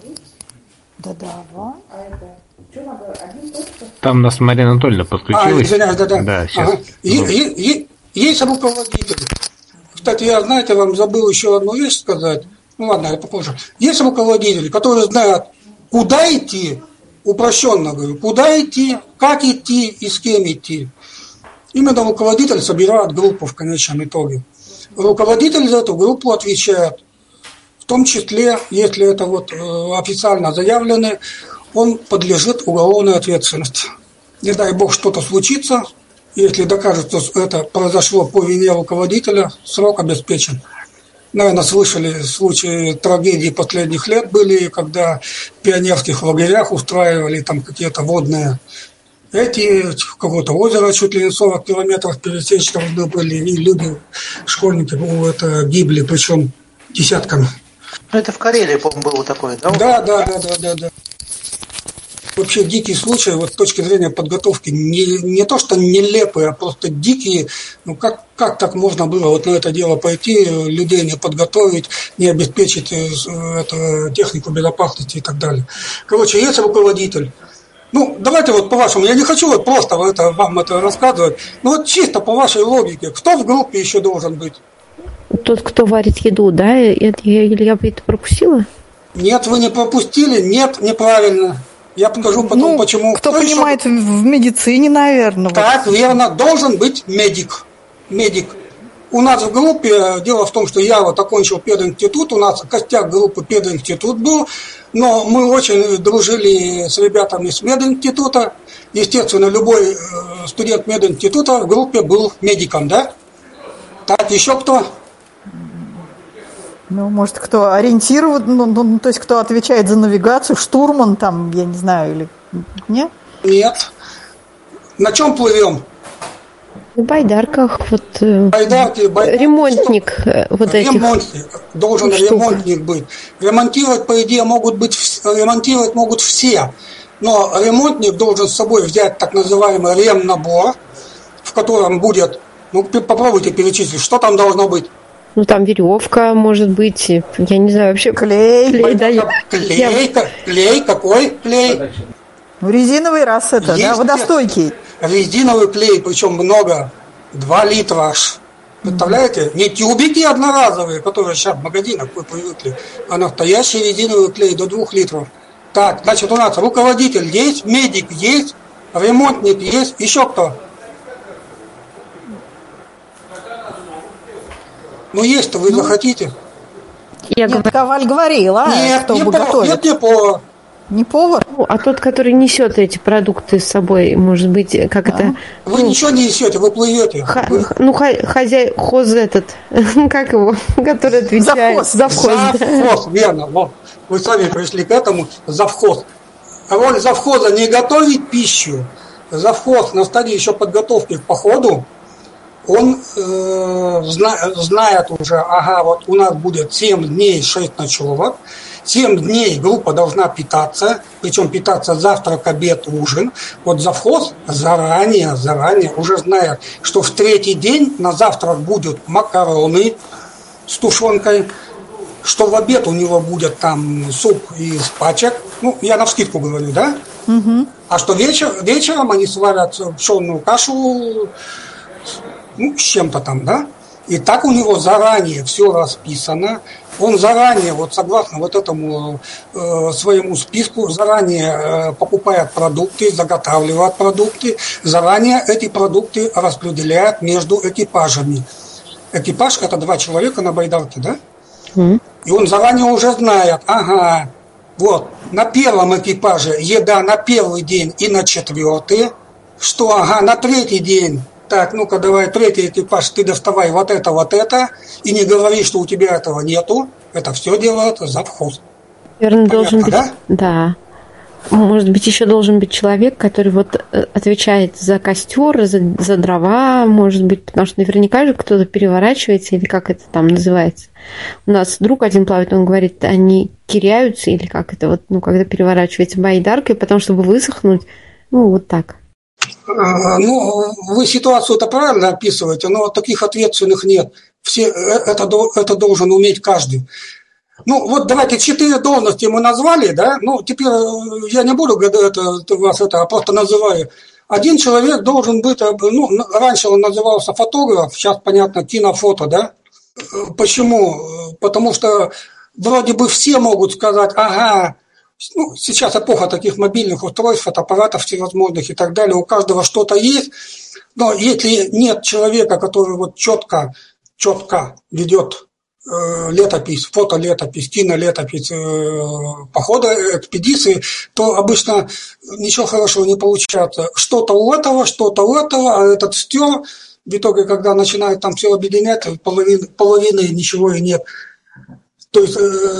Там нас Мария Анатольевна подключилась. Извиняюсь, да. Да, сейчас. Ага. Есть руководители. Кстати, я, знаете, вам забыл еще одну вещь сказать. Ну ладно, это попозже. Есть руководители, которые знают, куда идти, упрощенно говорю, куда идти, как идти и с кем идти. Именно руководитель собирает группу в конечном итоге. Руководитель за эту группу отвечает. В том числе, если это вот официально заявлено, он подлежит уголовной ответственности. Не дай бог что-то случится, если докажется, что это произошло по вине руководителя, срок обеспечен. Наверное, слышали случаи трагедий последних лет были, когда в пионерских лагерях устраивали там какие-то водные какое-то озеро чуть ли не 40 километров пересечь должны были, и люди, школьники, это гибли, причем десятками. Ну, это в Карелии, по-моему, было такое, да? Да. Вообще дикие случаи, вот с точки зрения подготовки, не то что нелепые, а просто дикие. Ну как так можно было вот на это дело пойти, людей не подготовить, не обеспечить технику безопасности и так далее. Короче, есть руководитель. Ну, давайте вот по-вашему, я не хочу вот просто вам это рассказывать, но вот чисто по вашей логике, кто в группе еще должен быть? Тот, кто варит еду, да? Или я бы это пропустила? Нет, вы не пропустили, нет, неправильно. Я покажу потом, почему. Кто понимает в медицине, наверное. Так, верно, должен быть медик. У нас в группе, дело в том, что я вот окончил пединститут, у нас костяк группы пединститут был, но мы очень дружили с ребятами с мединститута. Естественно, любой студент мединститута в группе был медиком, да? Так, еще кто? Ну, может, кто ориентирован, то есть кто отвечает за навигацию, штурман там, я не знаю, или нет? Нет. На чем плывем? На байдарках, вот байдарки. Ремонтник вот этих. Должен ремонтник быть. Ремонтировать, по идее, могут все. Но ремонтник должен с собой взять так называемый ремнабор, в котором будет, ну, попробуйте перечислить, что там должно быть. Ну, там веревка, может быть, я не знаю, вообще... Клей, да. Клей, какой клей? Ну, резиновый раз это, есть, да, водостойкий. Резиновый клей, причем много, 2 литра аж. Представляете? Не тюбики одноразовые, которые сейчас в магазинах вы привыкли, а настоящий резиновый клей до 2 литров. Так, значит, у нас руководитель есть, медик есть, ремонтник есть, еще кто? Ну, есть-то вы захотите. Коваль говорила, нет, кто не готовит. Нет, не повар. Не повар? Ну, а тот, который несет эти продукты с собой, может быть, как это... Вы ничего не несете, вы плывете. Хоз этот, как его, который отвечает? Завхоз, верно. Вот. Вы сами пришли к этому, завхоз. Роль завхоза не готовить пищу. Завхоз на стадии еще подготовки к походу, он знает уже, ага, вот у нас будет 7 дней 6 ночевок, 7 дней группа должна питаться, причем питаться завтрак, обед, ужин. Вот завхоз заранее уже знает, что в 3-й день на завтрак будут макароны с тушенкой, что в обед у него будет там суп из пачек, ну, я навскидку говорю, да? Угу. А что вечером они сварят пшенную кашу, ну, с чем-то там, да? И так у него заранее все расписано. Он заранее, вот согласно вот этому своему списку, заранее покупает продукты, заготавливает продукты, заранее эти продукты распределяет между экипажами. Экипаж – это 2 человека на байдарке, да? И он заранее уже знает, ага, вот, на первом экипаже еда на 1-й день и на 4-й, что, ага, на 3-й день. Так, ну-ка, давай, 3-й экипаж, ты доставай вот это, и не говори, что у тебя этого нету. Это все делает завхоз. Наверное, должен быть, да? Да. Может быть, еще должен быть человек, который вот отвечает за костер, за дрова, может быть, потому что наверняка же кто-то переворачивается, или как это там называется. У нас друг один плавает, он говорит, они киряются, или как это, вот, ну, когда переворачивается байдаркой, потому чтобы высохнуть, ну, вот так. Ну, вы ситуацию-то правильно описываете, но таких ответственных нет. Это должен уметь каждый. Ну, вот давайте 4 должности мы назвали, да? Ну, теперь я не буду вас а просто называю. Один человек должен быть, ну, раньше он назывался фотограф, сейчас, понятно, кинофото, да? Почему? Потому что вроде бы все могут сказать, ага, ну, сейчас эпоха таких мобильных устройств, фотоаппаратов всевозможных и так далее, у каждого что-то есть, но если нет человека, который вот четко ведет летопись, фотолетопись, кинолетопись похода, экспедиции, то обычно ничего хорошего не получается. Что-то у этого, а этот стер, в итоге, когда начинает там все объединять, половины ничего и нет. То есть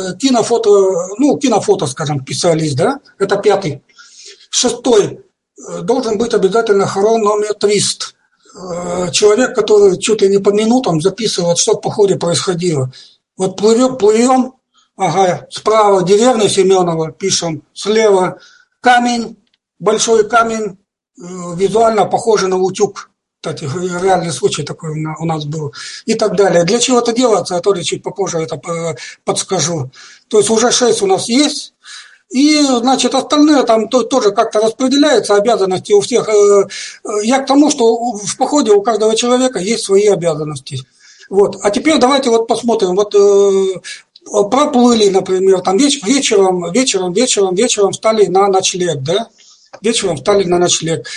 кинофото, скажем, специалист, да, это 5-й. 6-й должен быть обязательно хронометрист. Человек, который чуть ли не по минутам записывает, что в походе происходило. Вот плывем, ага, справа деревня Семенова, пишем, слева камень, большой камень, визуально похожий на утюг. Кстати, реальный случай такой у нас был. И так далее. Для чего это делается, я тоже чуть попозже это подскажу. То есть уже 6 у нас есть. И, значит, остальные там тоже как-то распределяются обязанности у всех. Я к тому, что в походе у каждого человека есть свои обязанности. Вот. А теперь давайте вот посмотрим. Вот проплыли, например, там вечером встали на ночлег, да? Вечером встали на ночлег.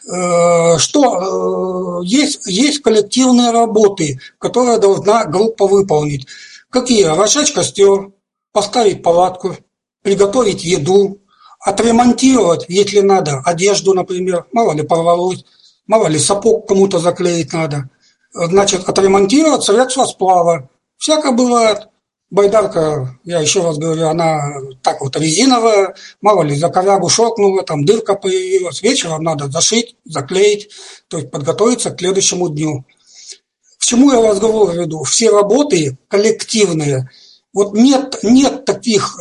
Что есть коллективные работы, которые должна группа выполнить. Какие? Разжечь костер, поставить палатку, приготовить еду, отремонтировать, если надо, одежду, например, мало ли порвалось, мало ли сапог кому-то заклеить надо. Значит, отремонтировать средства сплава. Всякое бывает. Байдарка, я еще раз говорю, она так вот резиновая, мало ли за корягу шокнула, там дырка появилась. Вечером надо зашить, заклеить, то есть подготовиться к следующему дню. К чему я разговор веду? Все работы коллективные Вот нет таких,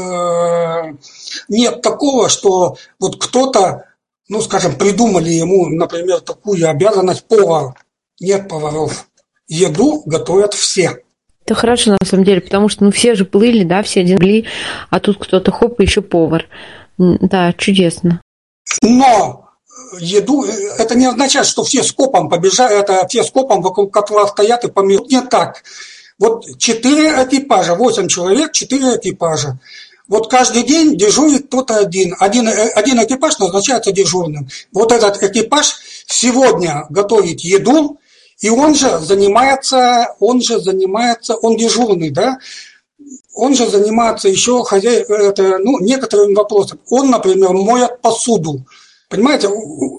нет такого, что вот кто-то, ну, скажем, придумали ему, например, такую обязанность повар. Нет поваров. Еду готовят все. Это хорошо, на самом деле, потому что, ну, все же плыли, да, все один были, а тут кто-то хоп, еще повар. Да, чудесно. Но еду, это не означает, что все скопом побежали, это все скопом вокруг котла стоят и помирают. Не так. Вот 4 экипажа, 8 человек, 4 экипажа. Вот каждый день дежурит кто-то один. Один экипаж назначается дежурным. Вот этот экипаж сегодня готовит еду, и он занимается, он дежурный, да? Он же занимается еще некоторыми вопросами. Он, например, моет посуду. Понимаете,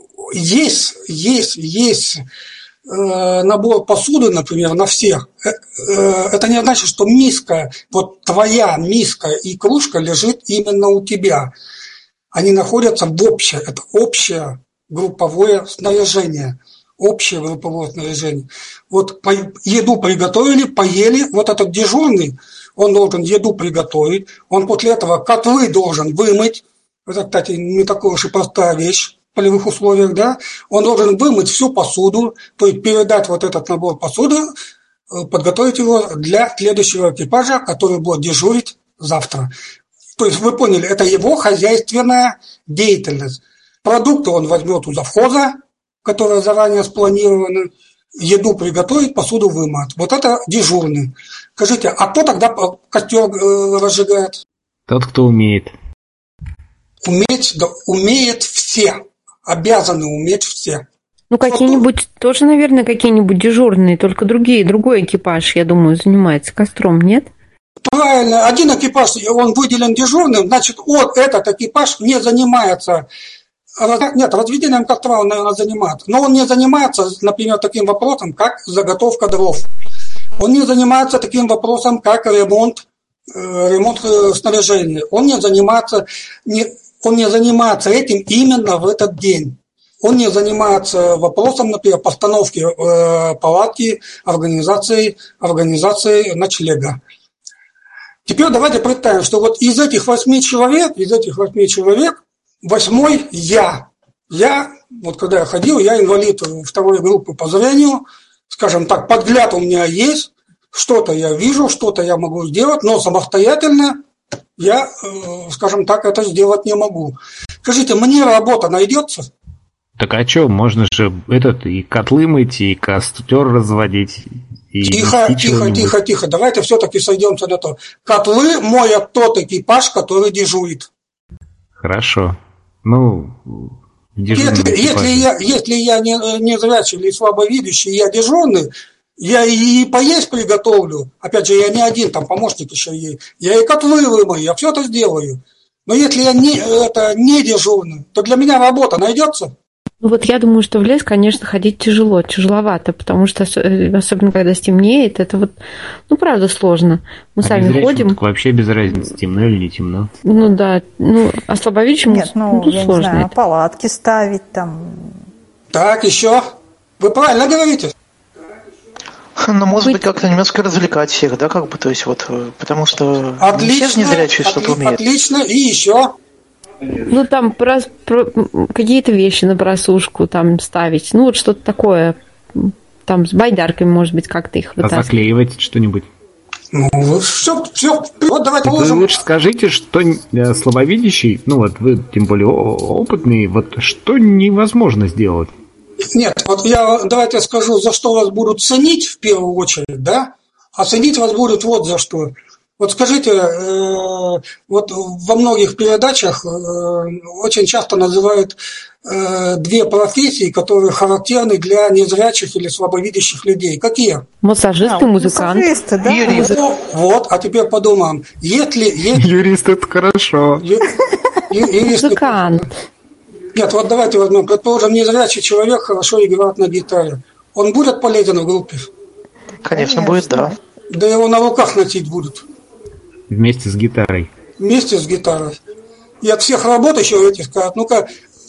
есть набор посуды, например, на всех. Это не значит, что миска, вот твоя миска и кружка лежит именно у тебя. Они находятся в общем. Это общее групповое снаряжение. Общее групповое снаряжение. Вот еду приготовили, поели. Вот этот дежурный, он должен еду приготовить. Он после этого котлы должен вымыть. Это, кстати, не такая уж и простая вещь в полевых условиях, да. Он должен вымыть всю посуду, то есть передать вот этот набор посуды, подготовить его для следующего экипажа, который будет дежурить завтра. То есть вы поняли, это его хозяйственная деятельность. Продукты он возьмет у завхоза, которые заранее спланированы, еду приготовить, посуду вымыть. Вот это дежурный. Скажите, а кто тогда костер разжигает? Тот, кто умеет. Умеет все. Обязаны уметь все. Ну, какие-нибудь, тоже, наверное, какие-нибудь дежурные, только другой экипаж, я думаю, занимается костром, нет? Правильно. Один экипаж, он выделен дежурным, значит, этот экипаж не занимается... Нет, разведением костра он, наверное, занимается. Но он не занимается, например, таким вопросом, как заготовка дров. Он не занимается таким вопросом, как ремонт снаряжения. Он не занимается этим именно в этот день. Он не занимается вопросом, например, постановки палатки, организации ночлега. Теперь давайте представим, что вот из этих 8 человек, 8-й я. Я, вот когда я ходил, я инвалид 2-й группы по зрению, скажем так, подгляд у меня есть, что-то я вижу, что-то я могу сделать, но самостоятельно я, скажем так, это сделать не могу. Скажите, мне работа найдется? Так а что, можно же и котлы мыть, и костер разводить. И Тихо. Давайте все-таки сойдемся на то. Котлы моет тот экипаж, который дежурит. Хорошо. Ну, если я не зрячий или слабовидящий, я дежурный, я и поесть приготовлю. Опять же, я не один, там помощник еще есть. Я и котлы вымою, я все это сделаю. Но если я не дежурный, то для меня работа найдется. Ну вот я думаю, что в лес, конечно, ходить тяжеловато, потому что, особенно когда стемнеет, это вот, ну, правда, сложно. Мы сами ходим. Так вообще без разницы, темно или не темно. Ну да, а слабовидящему нет, тут я сложно. Не знаю, палатки ставить там. Так, еще. Вы правильно говорите. Ну, может быть, как-то немножко развлекать всех, да, как бы, то есть вот, потому что отлично, все незрячие что-то умеют. Отлично, и еще. Ну, там какие-то вещи на просушку там ставить. Ну, вот что-то такое. Там с байдарками, может быть, как-то их вытаскивать. А заклеивать что-нибудь? Ну, все. Вот давайте вы лучше скажите, что слабовидящий, ну вот вы тем более опытный, вот что невозможно сделать? Нет, вот давайте скажу, за что вас будут ценить в первую очередь, да? А ценить вас будут вот за что. Вот скажите, вот во многих передачах очень часто называют 2 профессии, которые характерны для незрячих или слабовидящих людей. Какие? Массажист и музыкант. Массажисты, да? Вот, а теперь подумаем. Юрист, это хорошо. Музыкант. Нет, вот давайте возьмем, предположим, незрячий человек хорошо играет на гитаре. Он будет полезен в группе? Конечно, будет, да. Да его на руках носить будут. Вместе с гитарой. Вместе с гитарой. И от всех работающих этих скажут, ну-ка,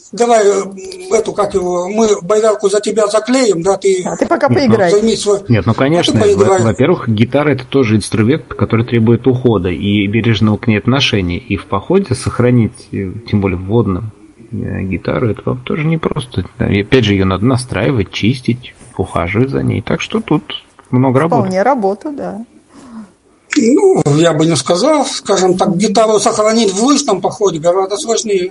давай эту, как его, мы байдарку за тебя заклеим, да, ты... А ты пока поиграй. Займись свой... Нет, ну конечно, во-первых, гитара это тоже инструмент, который требует ухода и бережного к ней отношения. И в походе сохранить, тем более в водном, гитару, это вам тоже непросто. И опять же, ее надо настраивать, чистить, ухаживать за ней. Так что тут много работы. Вполне работа, да. Ну, я бы не сказал, скажем так, гитару сохранить в лыжном походе гораздо сложнее.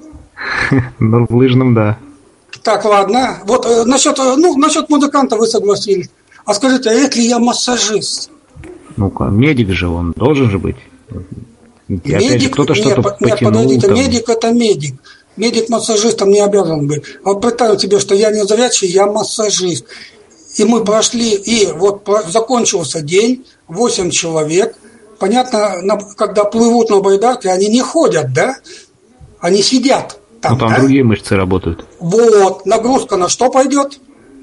Ну, в лыжном, да. Так, ладно. Вот насчет музыканта вы согласились. А скажите, а если я массажист? Ну-ка, медик же он должен же быть. И опять же, кто-то что-то потянул. Нет, подождите, медик это медик. Медик массажистом не обязан быть. А вот представь себе, что я не зрячий, я массажист. И мы прошли, и вот закончился день, 8 человек. Понятно, когда плывут на байдарке, они не ходят, да? Они сидят там, ну, там да? другие мышцы работают. Вот, нагрузка на что пойдет?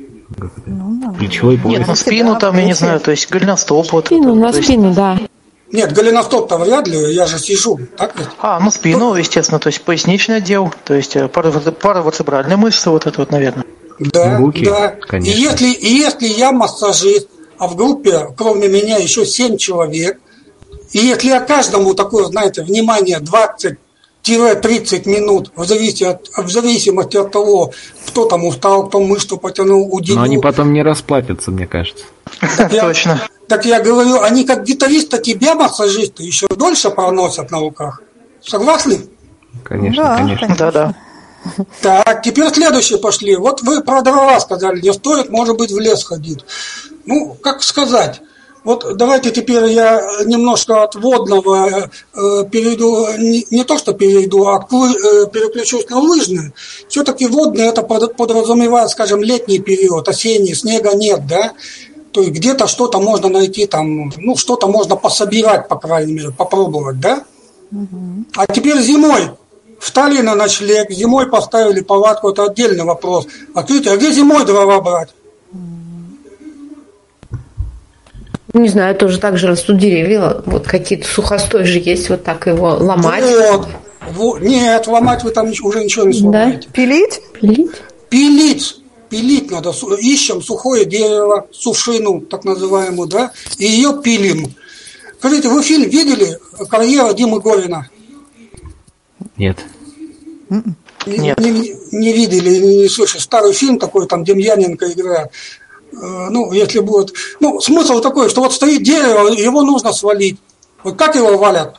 Плечевой пояс. Нет, на спину там, я не знаю, то есть голеностоп. Вот, спину, на спину, да. Нет, голеностоп-то вряд ли, я же сижу, так ведь? Ну спину, естественно, то есть поясничный отдел, то есть паравертебральная мышца, вот это вот, наверное. Да, руки, да. конечно. И если я массажист, а в группе, кроме меня, еще 7 человек, и если я каждому такое, знаете, внимание 20-30 минут, в зависимости от того, кто там устал, кто мышцу потянул, уделил. Но они потом не расплатятся, мне кажется. Точно. Так я говорю, они как гитарист, так и биомассажисты еще дольше проносят на руках. Согласны? Конечно, Да, конечно. Да. Так, теперь следующие пошли. Вот вы про дрова сказали, не стоит, может быть, в лес ходить. Ну, как сказать. Вот давайте теперь я немножко от водного перейду, не то что перейду, а переключусь на лыжное. Все-таки водное это подразумевает, скажем, летний период, осенний, снега нет, да? То есть где-то что-то можно найти, там, ну, что-то можно пособирать, по крайней мере, попробовать, да? А теперь зимой. Встали на ночлег, зимой поставили палатку, это отдельный вопрос. А где зимой дрова брать? Не знаю, тоже так же растут деревья, вот какие-то сухостой же есть, вот так его ломать. Нет, ломать вы там уже ничего не сломаете. Да? Пилить? Пилить надо. Ищем сухое дерево, сушину, так называемую, да, и ее пилим. Скажите, вы фильм видели «Карьера Димы Горина»? Нет. Нет. Не видели, не слышали. Старый фильм такой, там Демьяненко играет. Ну, если будет... Ну, смысл такой, что вот стоит дерево, его нужно свалить. Вот как его валят?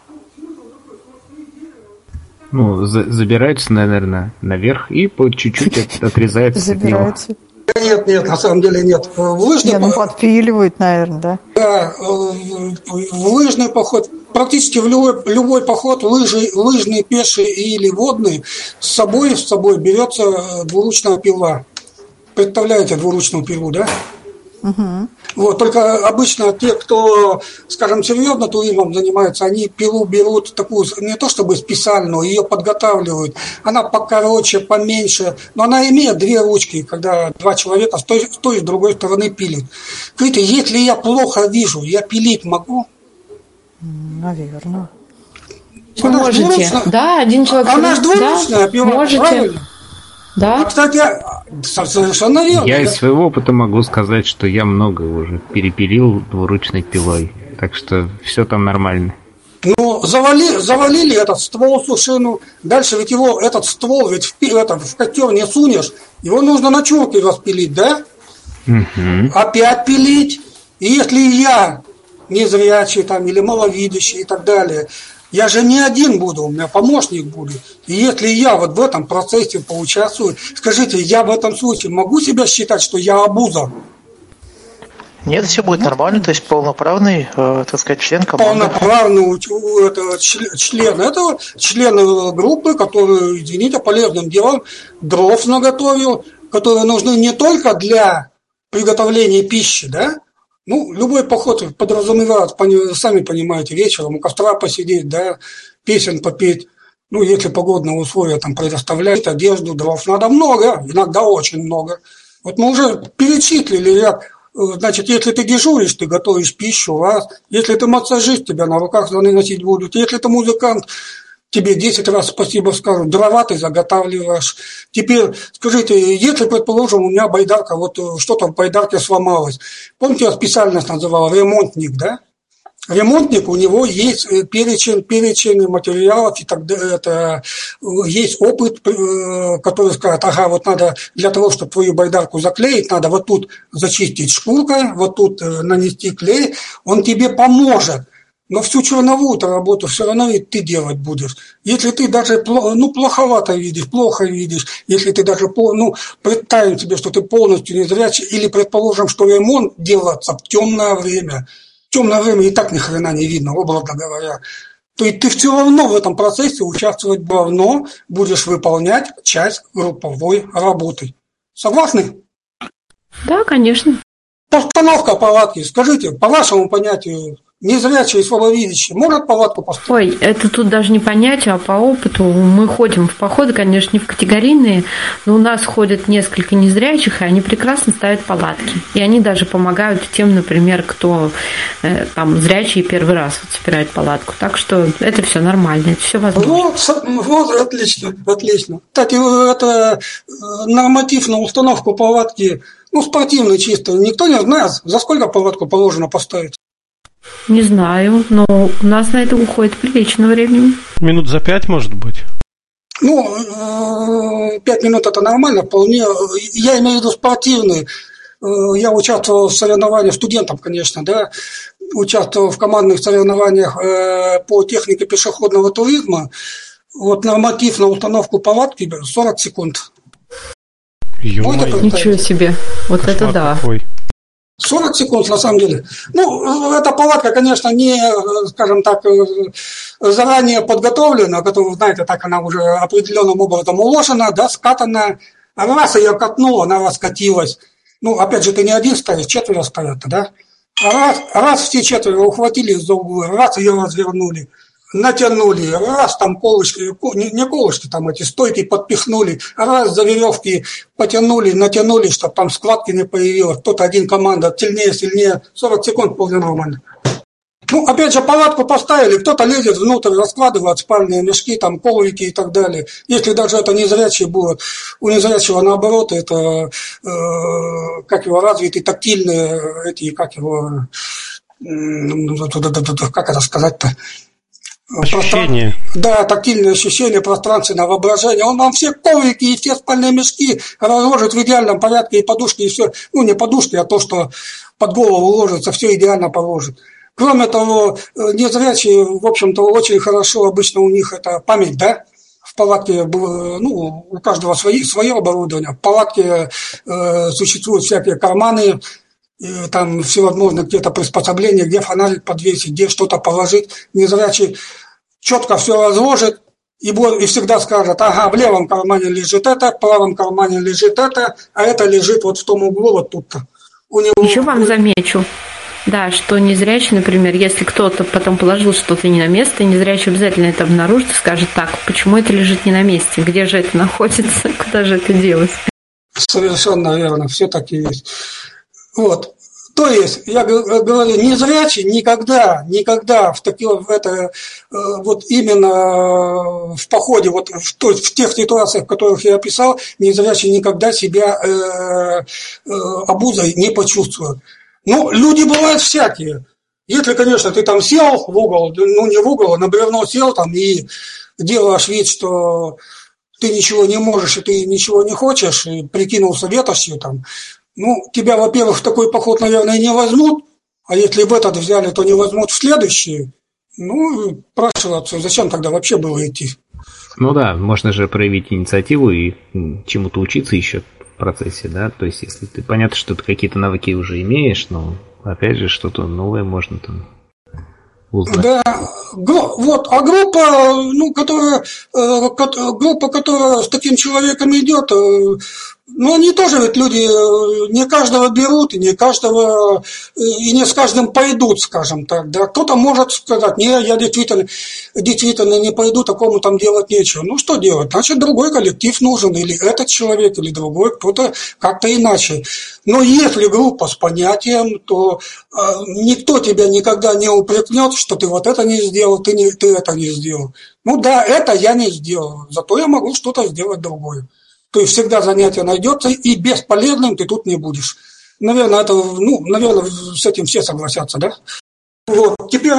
Ну, забираются, наверное, наверх и по чуть-чуть отрезаются от него. Забираются. Нет, на самом деле нет. Подпиливают, наверное, да? Да, в лыжный поход, практически в любой поход, лыжный, пеший или водный, с собой берется двуручная пила. Представляете двуручную пилу, да? Угу. Вот, только обычно те, кто, скажем, серьезно туризмом занимаются, они пилу берут такую, не то чтобы специальную, ее подготавливают. Она покороче, поменьше, но она имеет 2 ручки, когда 2 человека с той и с другой стороны пилят. Говорите, если я плохо вижу, я пилить могу? Наверное. Можете. Да, один человек. Она же двуручная пила, можете. правильно? Да. Кстати, совершенно верно. Я из своего опыта могу сказать, что я много уже перепилил двуручной пилой. Так что все там нормально. Ну, завалили этот ствол сушину. Дальше ведь этот ствол ведь в котел не сунешь. Его нужно на чурке распилить, да? Угу. Опять пилить. И если я незрячий там, или маловидящий и так далее, я же не один буду, у меня помощник будет. И если я вот в этом процессе поучаствую, скажите, я в этом случае могу себя считать, что я обуза? Нет, все будет нормально, то есть полноправный, так сказать, член команды. Полноправный член. Это члены группы, которые, извините, полезным делом дров наготовил, которые нужны не только для приготовления пищи, да? Ну, любой поход подразумевает, сами понимаете, вечером у костра посидеть, да, песен попеть. Ну, если погодные условия там предоставляют, одежду, дров надо много, иногда очень много. Вот мы уже перечислили ряд. Значит, если ты дежуришь, ты готовишь пищу, раз. Если ты массажист, тебя на руках носить будут. Если ты музыкант, тебе 10 раз спасибо скажут, дрова ты заготавливаешь. Теперь скажите, если, предположим, у меня байдарка, вот что-то в байдарке сломалось, помните, я специальность называл ремонтник, да? Ремонтник, у него есть перечень материалов, и тогда это есть опыт, который скажет, ага, вот надо для того, чтобы твою байдарку заклеить, надо вот тут зачистить шкуркой, вот тут нанести клей, он тебе поможет. Но всю черновую-то работу все равно и ты делать будешь. Если ты даже плоховато видишь, плохо видишь, если ты даже, представим тебе, что ты полностью незрячий, или предположим, что ремонт делается в темное время и так ни хрена не видно, образно говоря, то и ты все равно в этом процессе участвовать равно будешь выполнять часть групповой работы. Согласны? Да, конечно. Постановка палатки. Скажите, по вашему понятию, незрячий и слабовидящий может палатку поставить? Ой, это тут даже не понятие, а по опыту. Мы ходим в походы, конечно, не в категорийные, но у нас ходят несколько незрячих, и они прекрасно ставят палатки. И они даже помогают тем, например, кто там зрячий первый раз вот собирает палатку. Так что это все нормально, это все возможно. Вот, отлично. Кстати, это норматив на установку палатки, спортивный чисто. Никто не знает, за сколько палатку положено поставить. Не знаю, но у нас на это уходит прилично времени. Минут за 5, может быть? 5 минут это нормально, вполне. Я имею в виду спортивный. Я участвовал в соревнованиях, студентом, конечно, да, участвовал в командных соревнованиях по технике пешеходного туризма. Вот норматив на установку палатки 40 секунд. Ничего себе, вот кошмар это да. Какой. 40 секунд, на самом деле. Эта палатка, конечно, не, скажем так, заранее подготовлена, которую, знаете, так она уже определенным образом уложена, да, скатана. Раз ее катнула, она раскатилась. Опять же, ты не один ставишь, 4 ставят, да? Раз все 4 ухватили за углы, раз ее развернули, натянули, раз там колышки, не колышки, там эти стойки подпихнули, раз за веревки потянули, натянули, чтобы там складки не появилось. Кто-то один команда сильнее, 40 секунд вполне нормально. Опять же, палатку поставили, кто-то лезет внутрь, раскладывает спальные мешки, там коврики и так далее. Если даже это незрячий будет, у незрячего наоборот, это, развитые тактильные, как это сказать-то? Ощущения. Да, тактильные ощущения, пространственное воображение. Он вам все коврики и все спальные мешки разложит в идеальном порядке, и подушки, и все. Не подушки, а то, что под голову ложится, все идеально положит. Кроме того, незрячие, в общем-то, очень хорошо, обычно у них это память, да? В палатке, у каждого свое оборудование. В палатке существуют всякие карманы, там всевозможные где-то приспособления, где фонарик подвесить, где что-то положить. Незрячий четко все разложит и всегда скажет, ага, в левом кармане лежит это, в правом кармане лежит это, а это лежит вот в том углу, вот тут-то. Еще вам замечу, да, что незрячий, например, если кто-то потом положил что-то не на место, незрячий обязательно это обнаружит и скажет, так, почему это лежит не на месте, где же это находится, куда же это делать? Совершенно верно, все так и есть. Вот. То есть, я говорю, незрячий никогда именно в походе, в тех ситуациях, в которых я описал, незрячий никогда себя обузой не почувствует. Люди бывают всякие. Если, конечно, ты там сел в угол, не в угол, а на бревно сел там и делаешь вид, что ты ничего не можешь и ты ничего не хочешь, и прикинулся ветошью там, тебя, во-первых, в такой поход, наверное, не возьмут, а если в этот взяли, то не возьмут в следующий. Спрашиваться, зачем тогда вообще было идти? Да, можно же проявить инициативу и чему-то учиться еще в процессе, да, то есть если ты, понятно, что ты какие-то навыки уже имеешь, но, опять же, что-то новое можно там узнать. Да, а группа, которая с таким человеком идет, Но они тоже ведь люди, не каждого берут, и не каждого, и не с каждым пойдут, скажем так. Да? Кто-то может сказать, не, я действительно не пойду, такому там делать нечего. Ну, что делать? Значит, другой коллектив нужен, или этот человек, или другой, кто-то как-то иначе. Но если группа с понятием, то никто тебя никогда не упрекнет, что ты вот это не сделал, ты это не сделал. Ну да, это я не сделал, зато я могу что-то сделать другое. То есть всегда занятие найдется, и бесполезным ты тут не будешь. Наверное, наверное, с этим все согласятся, да? Вот. Теперь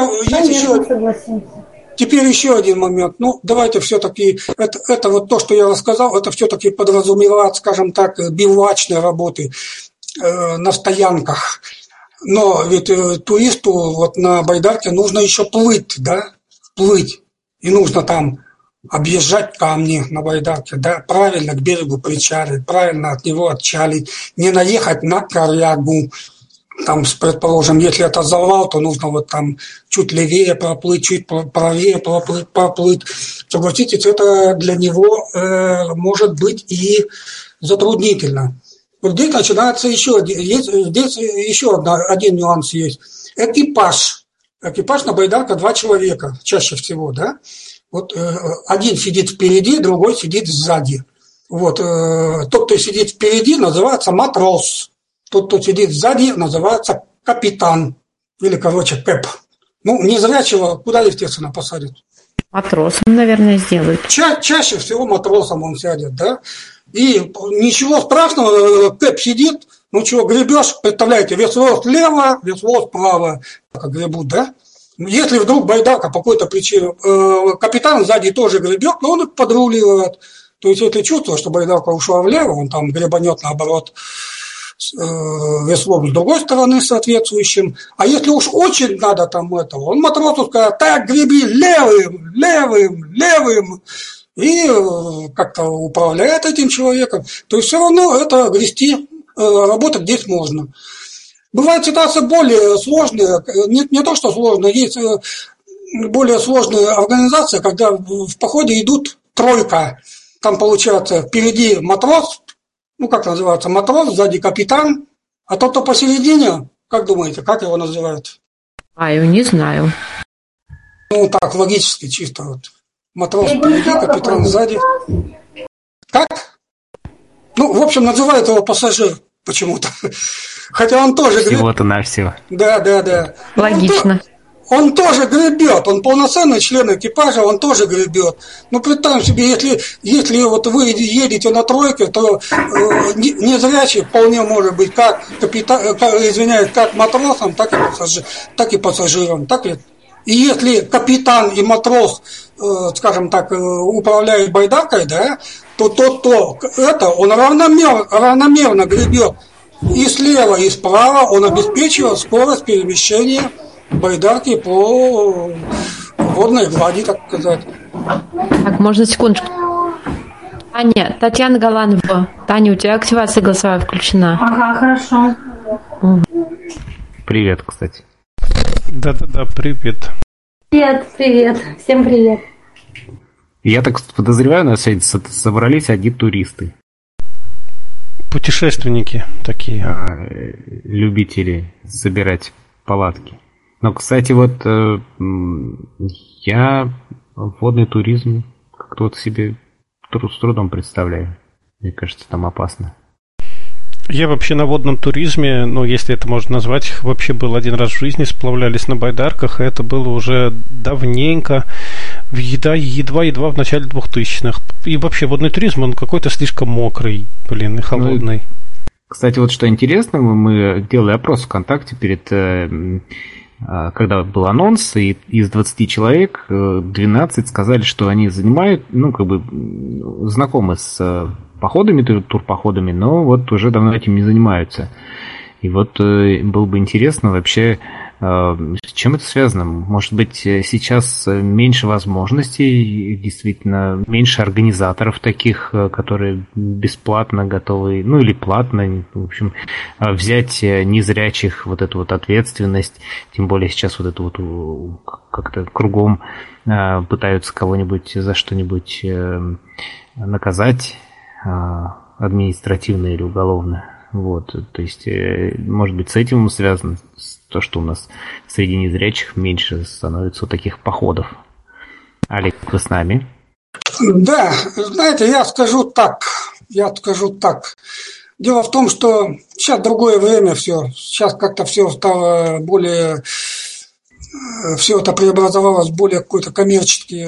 еще один момент. Ну, давайте все-таки, это вот то, что я рассказал, это все-таки подразумевает, скажем так, бивуачные работы на стоянках. Но ведь туристу вот на байдарке нужно еще плыть, да? Плыть. И нужно там объезжать камни на байдарке, да, правильно к берегу причалить, правильно от него отчалить, не наехать на корягу. Там, предположим, если это завал, то нужно вот там чуть левее проплыть, чуть правее проплыть. Согласитесь, это для него может быть и затруднительно. Вот здесь начинается еще один нюанс есть. Экипаж. Экипаж на байдарке 2 человека чаще всего, да. Вот один сидит впереди, другой сидит сзади. Вот тот, кто сидит впереди, называется матрос. Тот, кто сидит сзади, называется капитан. Или, короче, кэп. Ну, незрячего куда, естественно, посадят? Матросом, наверное, сделают. Чаще всего матросом он сядет, да. И ничего страшного, кэп сидит, ну чего гребешь, представляете, весло слева, весло справа, как гребут, да. Если вдруг байдарка по какой-то причине, капитан сзади тоже гребет, но он их подруливает. То есть, если чувствуешь, что байдарка ушла влево, он там гребанет наоборот веслом с другой стороны соответствующим. А если уж очень надо там этого, он матросу скажет, так, греби левым. И как-то управляет этим человеком. То есть, все равно это грести, работать здесь можно. Бывает ситуация более сложная, не то что сложная, есть более сложная организация, когда в походе идут тройка. Там получается впереди матрос, ну как называется, матрос, сзади капитан, а тот, кто посередине, как думаете, как его называют? Не знаю. Ну так, логически чисто вот. Матрос впереди, капитан сзади. Как? Ну, в общем, называют его пассажир почему-то. Хотя он тоже гребет. Всего-то навсего. Да. Логично. Он тоже гребет, он полноценный член экипажа, он тоже гребет. Ну, представим себе, если вот вы едете на тройке, то незрячий вполне может быть как матросом, так и пассажиром. Так ли? И если капитан и матрос, скажем так, управляют байдаркой, да, то он равномерно гребет. И слева, и справа он обеспечивает скорость перемещения байдарки по водной глади, так сказать. Так, можно секундочку. Татьяна Галанова. Таня, у тебя активация голосовая включена. Ага, хорошо. Привет, кстати. Да, привет. Привет. Всем привет. Я так подозреваю, на сегодня собрались одни туристы. Путешественники такие. Любители собирать палатки. Но, кстати, вот я водный туризм как-то вот себе с трудом представляю. Мне кажется, там опасно. Я вообще на водном туризме, ну, если это можно назвать, вообще был один раз в жизни, сплавлялись на байдарках, и это было уже давненько, едва в начале 2000-х. И вообще водный туризм, он какой-то слишком мокрый, и холодный. Кстати, вот что интересно, мы делали опрос ВКонтакте когда был анонс, и из 20 человек 12 сказали, что они занимают, знакомы с походами, турпоходами, но вот уже давно этим не занимаются. И вот было бы интересно вообще, с чем это связано. Может быть, сейчас меньше возможностей, действительно, меньше организаторов таких, которые бесплатно готовы, или платно, в общем, взять незрячих вот эту вот ответственность, тем более сейчас вот это вот как-то кругом пытаются кого-нибудь за что-нибудь наказать. административное или уголовное. Вот, то есть, может быть, с этим связано то, что у нас среди незрячих меньше становится вот таких походов. Олег, вы с нами? Да, знаете, я скажу так. Дело в том, что сейчас другое время все. Сейчас как-то все стало более... Все это преобразовалось в более какой-то коммерческий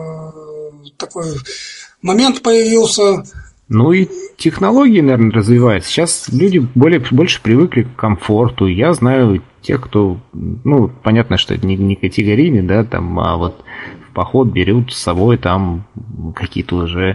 такой момент появился. Ну и технологии, наверное, развиваются. Сейчас люди больше привыкли к комфорту. Я знаю тех, кто... Ну, понятно, что это не категорийный, да, там, а вот в поход берут с собой там какие-то уже...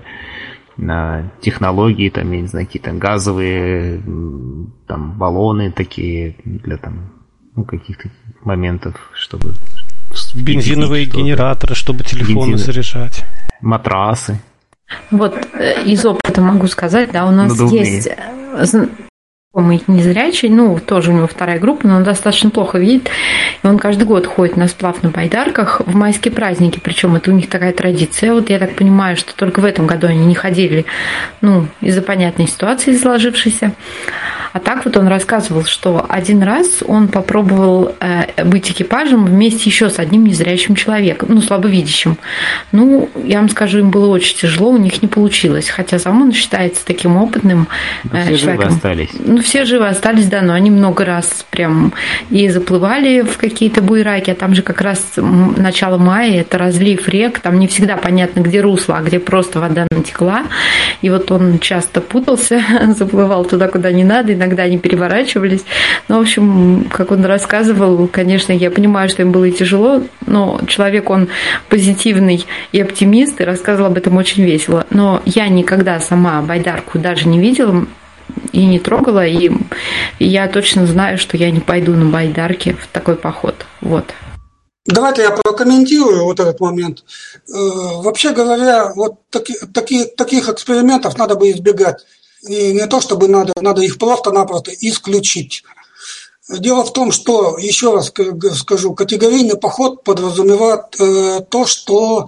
технологии, там, я не знаю, какие-то газовые там баллоны такие для там, каких-то моментов, чтобы... Бензиновые генераторы, чтобы телефоны заряжать. Матрасы. Вот из опыта могу сказать, да, у нас есть знакомый незрячий, тоже у него вторая группа, но он достаточно плохо видит, и он каждый год ходит на сплав на байдарках в майские праздники, причем это у них такая традиция. Вот я так понимаю, что только в этом году они не ходили, из-за понятной ситуации сложившейся. А так вот он рассказывал, что один раз он попробовал быть экипажем вместе еще с одним незрячим человеком, слабовидящим. Я вам скажу, им было очень тяжело, у них не получилось, хотя сам он считается таким опытным все человеком. Живы остались. Все живы остались, да, но они много раз прям и заплывали в какие-то буераки, а там же как раз начало мая, это разлив рек, там не всегда понятно, где русло, а где просто вода натекла, и вот он часто путался, заплывал туда, куда не надо, иногда они переворачивались. В общем, как он рассказывал, конечно, я понимаю, что им было и тяжело, но человек, он позитивный и оптимист, и рассказывал об этом очень весело. Но я никогда сама байдарку даже не видела и не трогала, и я точно знаю, что я не пойду на байдарке в такой поход. Вот. Давайте я прокомментирую вот этот момент. Вообще говоря, вот таких экспериментов надо бы избегать. И не то чтобы надо их просто-напросто исключить. Дело в том, что, еще раз скажу, категорийный поход подразумевает то, что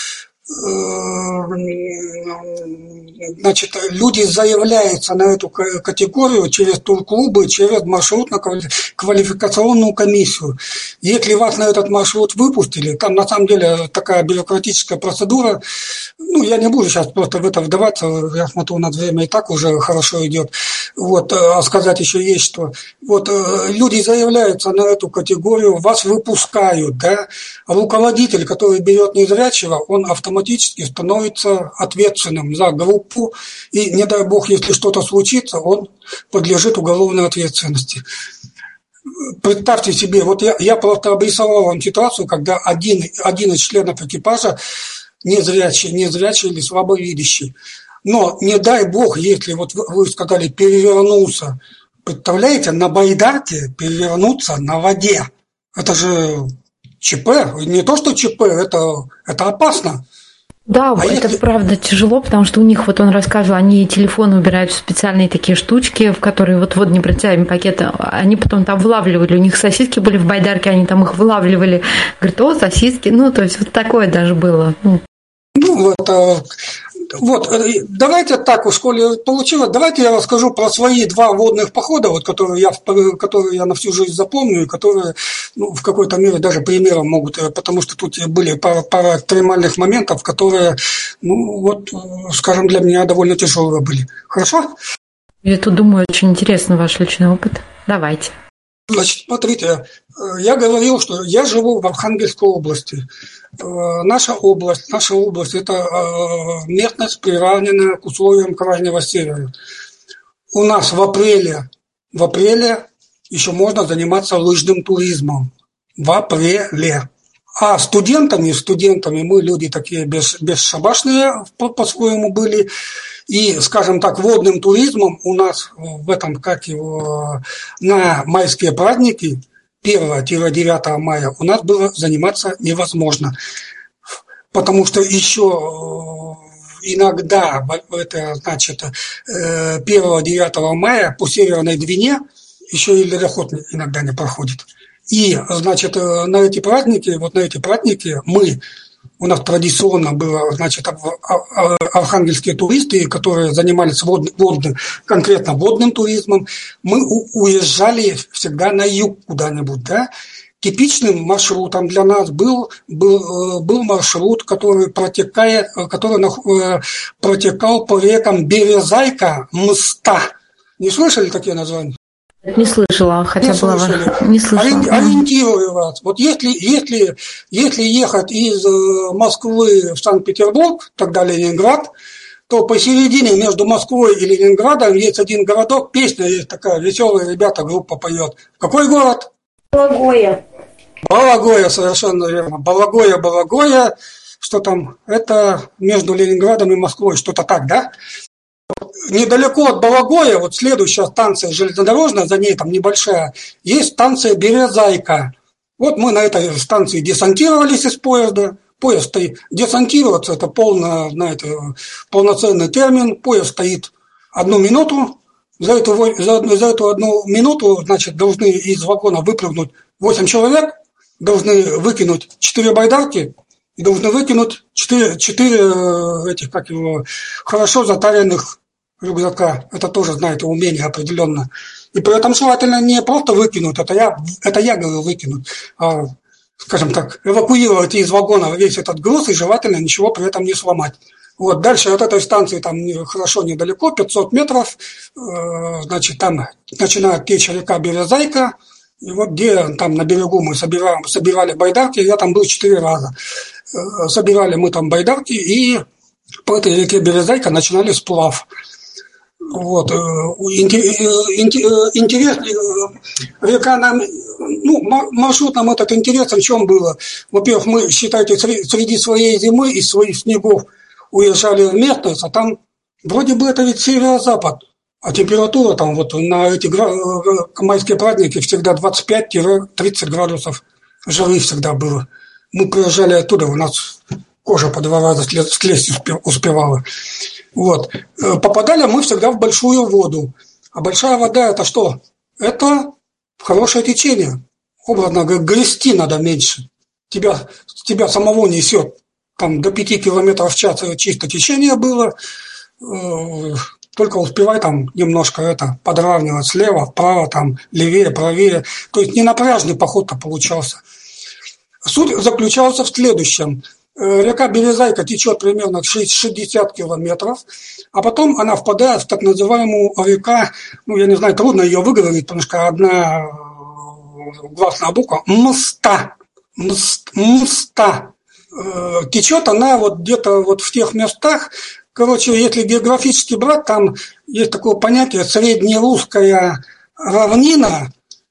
люди заявляются на эту категорию через турклубы, через маршрутно-квалификационную комиссию. Если вас на этот маршрут выпустили, там на самом деле такая бюрократическая процедура, я не буду сейчас просто в это вдаваться, я смотрю, у нас время и так уже хорошо идет, а сказать еще есть что. Люди заявляются на эту категорию, вас выпускают, да, а руководитель, который берет незрячего, он автоматически становится ответственным за группу, и, не дай бог, если что-то случится, он подлежит уголовной ответственности. Представьте себе, я просто обрисовал вам ситуацию, когда один из членов экипажа незрячий или слабовидящий. Но, не дай бог, если вы сказали перевернулся, представляете, на байдарке перевернуться на воде. Это же ЧП, не то что ЧП, это опасно. Да, это правда тяжело, потому что у них, он рассказывал, они телефоны убирают в специальные такие штучки, в которые водонепроницаемые пакеты, они потом там вылавливали, у них сосиски были в байдарке, они там их вылавливали, говорят, сосиски, то есть вот такое даже было. Давайте так, уж коли получилось, давайте я расскажу про свои 2 водных похода, которые я на всю жизнь запомню, и которые, в какой-то мере даже примером могут, потому что тут были пара экстремальных моментов, которые, скажем, для меня довольно тяжелые были. Хорошо? Я тут думаю, очень интересно ваш личный опыт. Давайте. Значит, смотрите, я говорил, что я живу в Архангельской области. Наша область – это местность, приравненная к условиям Крайнего Севера. У нас в апреле еще можно заниматься лыжным туризмом. В апреле. А студентами мы люди такие бесшабашные по-своему были. И, скажем так, водным туризмом у нас в этом, на майские праздники 1-9 мая у нас было заниматься невозможно. Потому что еще иногда, 1-9 мая по Северной Двине еще и ледоход иногда не проходит. И, на эти праздники мы У нас традиционно было, значит, архангельские туристы, которые занимались конкретно водным туризмом. Мы уезжали всегда на юг куда-нибудь, да. Типичным маршрутом для нас был маршрут, который протекал по рекам Березайка, Мста. Не слышали такие названия? Не слышала, хотя не была... слышали. Не слышала. Ориентирую вас. Вот если ехать из Москвы в Санкт-Петербург, тогда Ленинград, то посередине между Москвой и Ленинградом есть один городок, песня есть такая, веселая ребята, группа поет. Какой город? Балагоя. Балагоя, совершенно верно. Балагоя, что там? Это между Ленинградом и Москвой, что-то так, да? Недалеко от Балагоя, вот следующая станция железнодорожная, за ней там небольшая, есть станция Березайка. Вот мы на этой станции десантировались из поезда. Поезд стоит. Десантироваться – это полноценный термин. Поезд стоит 1 минуту. За эту 1 минуту, значит, должны из вагона выпрыгнуть 8 человек, должны выкинуть 4 байдарки и должны выкинуть 4 этих, хорошо затаренных рюкзака. Это тоже, знаете, умение определенно. И при этом желательно не просто выкинуть, это я говорю выкинуть, а, скажем так, эвакуировать из вагона весь этот груз и желательно ничего при этом не сломать. Вот, дальше от этой станции там хорошо недалеко, 500 метров, значит, там начинает течь река Березайка, и вот где там на берегу мы собирали байдарки, я там был 4 раза. Собирали мы там байдарки, и по этой реке Березайка начинали сплав. Вот, интересно, река нам, маршрут нам этот интересен, в чем было. Во-первых, мы, считайте, среди своей зимы и своих снегов уезжали в местность, а там вроде бы это ведь северо-запад, а температура там вот на эти майские праздники всегда 25-30 градусов жары всегда было. Мы приезжали оттуда, у нас кожа по 2 раза слезть успевала. Вот. Попадали мы всегда в большую воду. А большая вода – это что? Это хорошее течение. Образно говоря, грести надо меньше. Тебя самого несет. Там до 5 километров в час чисто течение было. Только успевай там немножко подравнивать слева, вправо, там левее, правее. То есть ненапряжный поход-то получался. Суть заключался в следующем. Река Березайка течет примерно 60 километров, а потом она впадает в так называемую река, я не знаю, трудно ее выговорить, потому что одна гласная буква, Мста. Течет она вот где-то вот в тех местах, если географически брать, там есть такое понятие среднерусская равнина,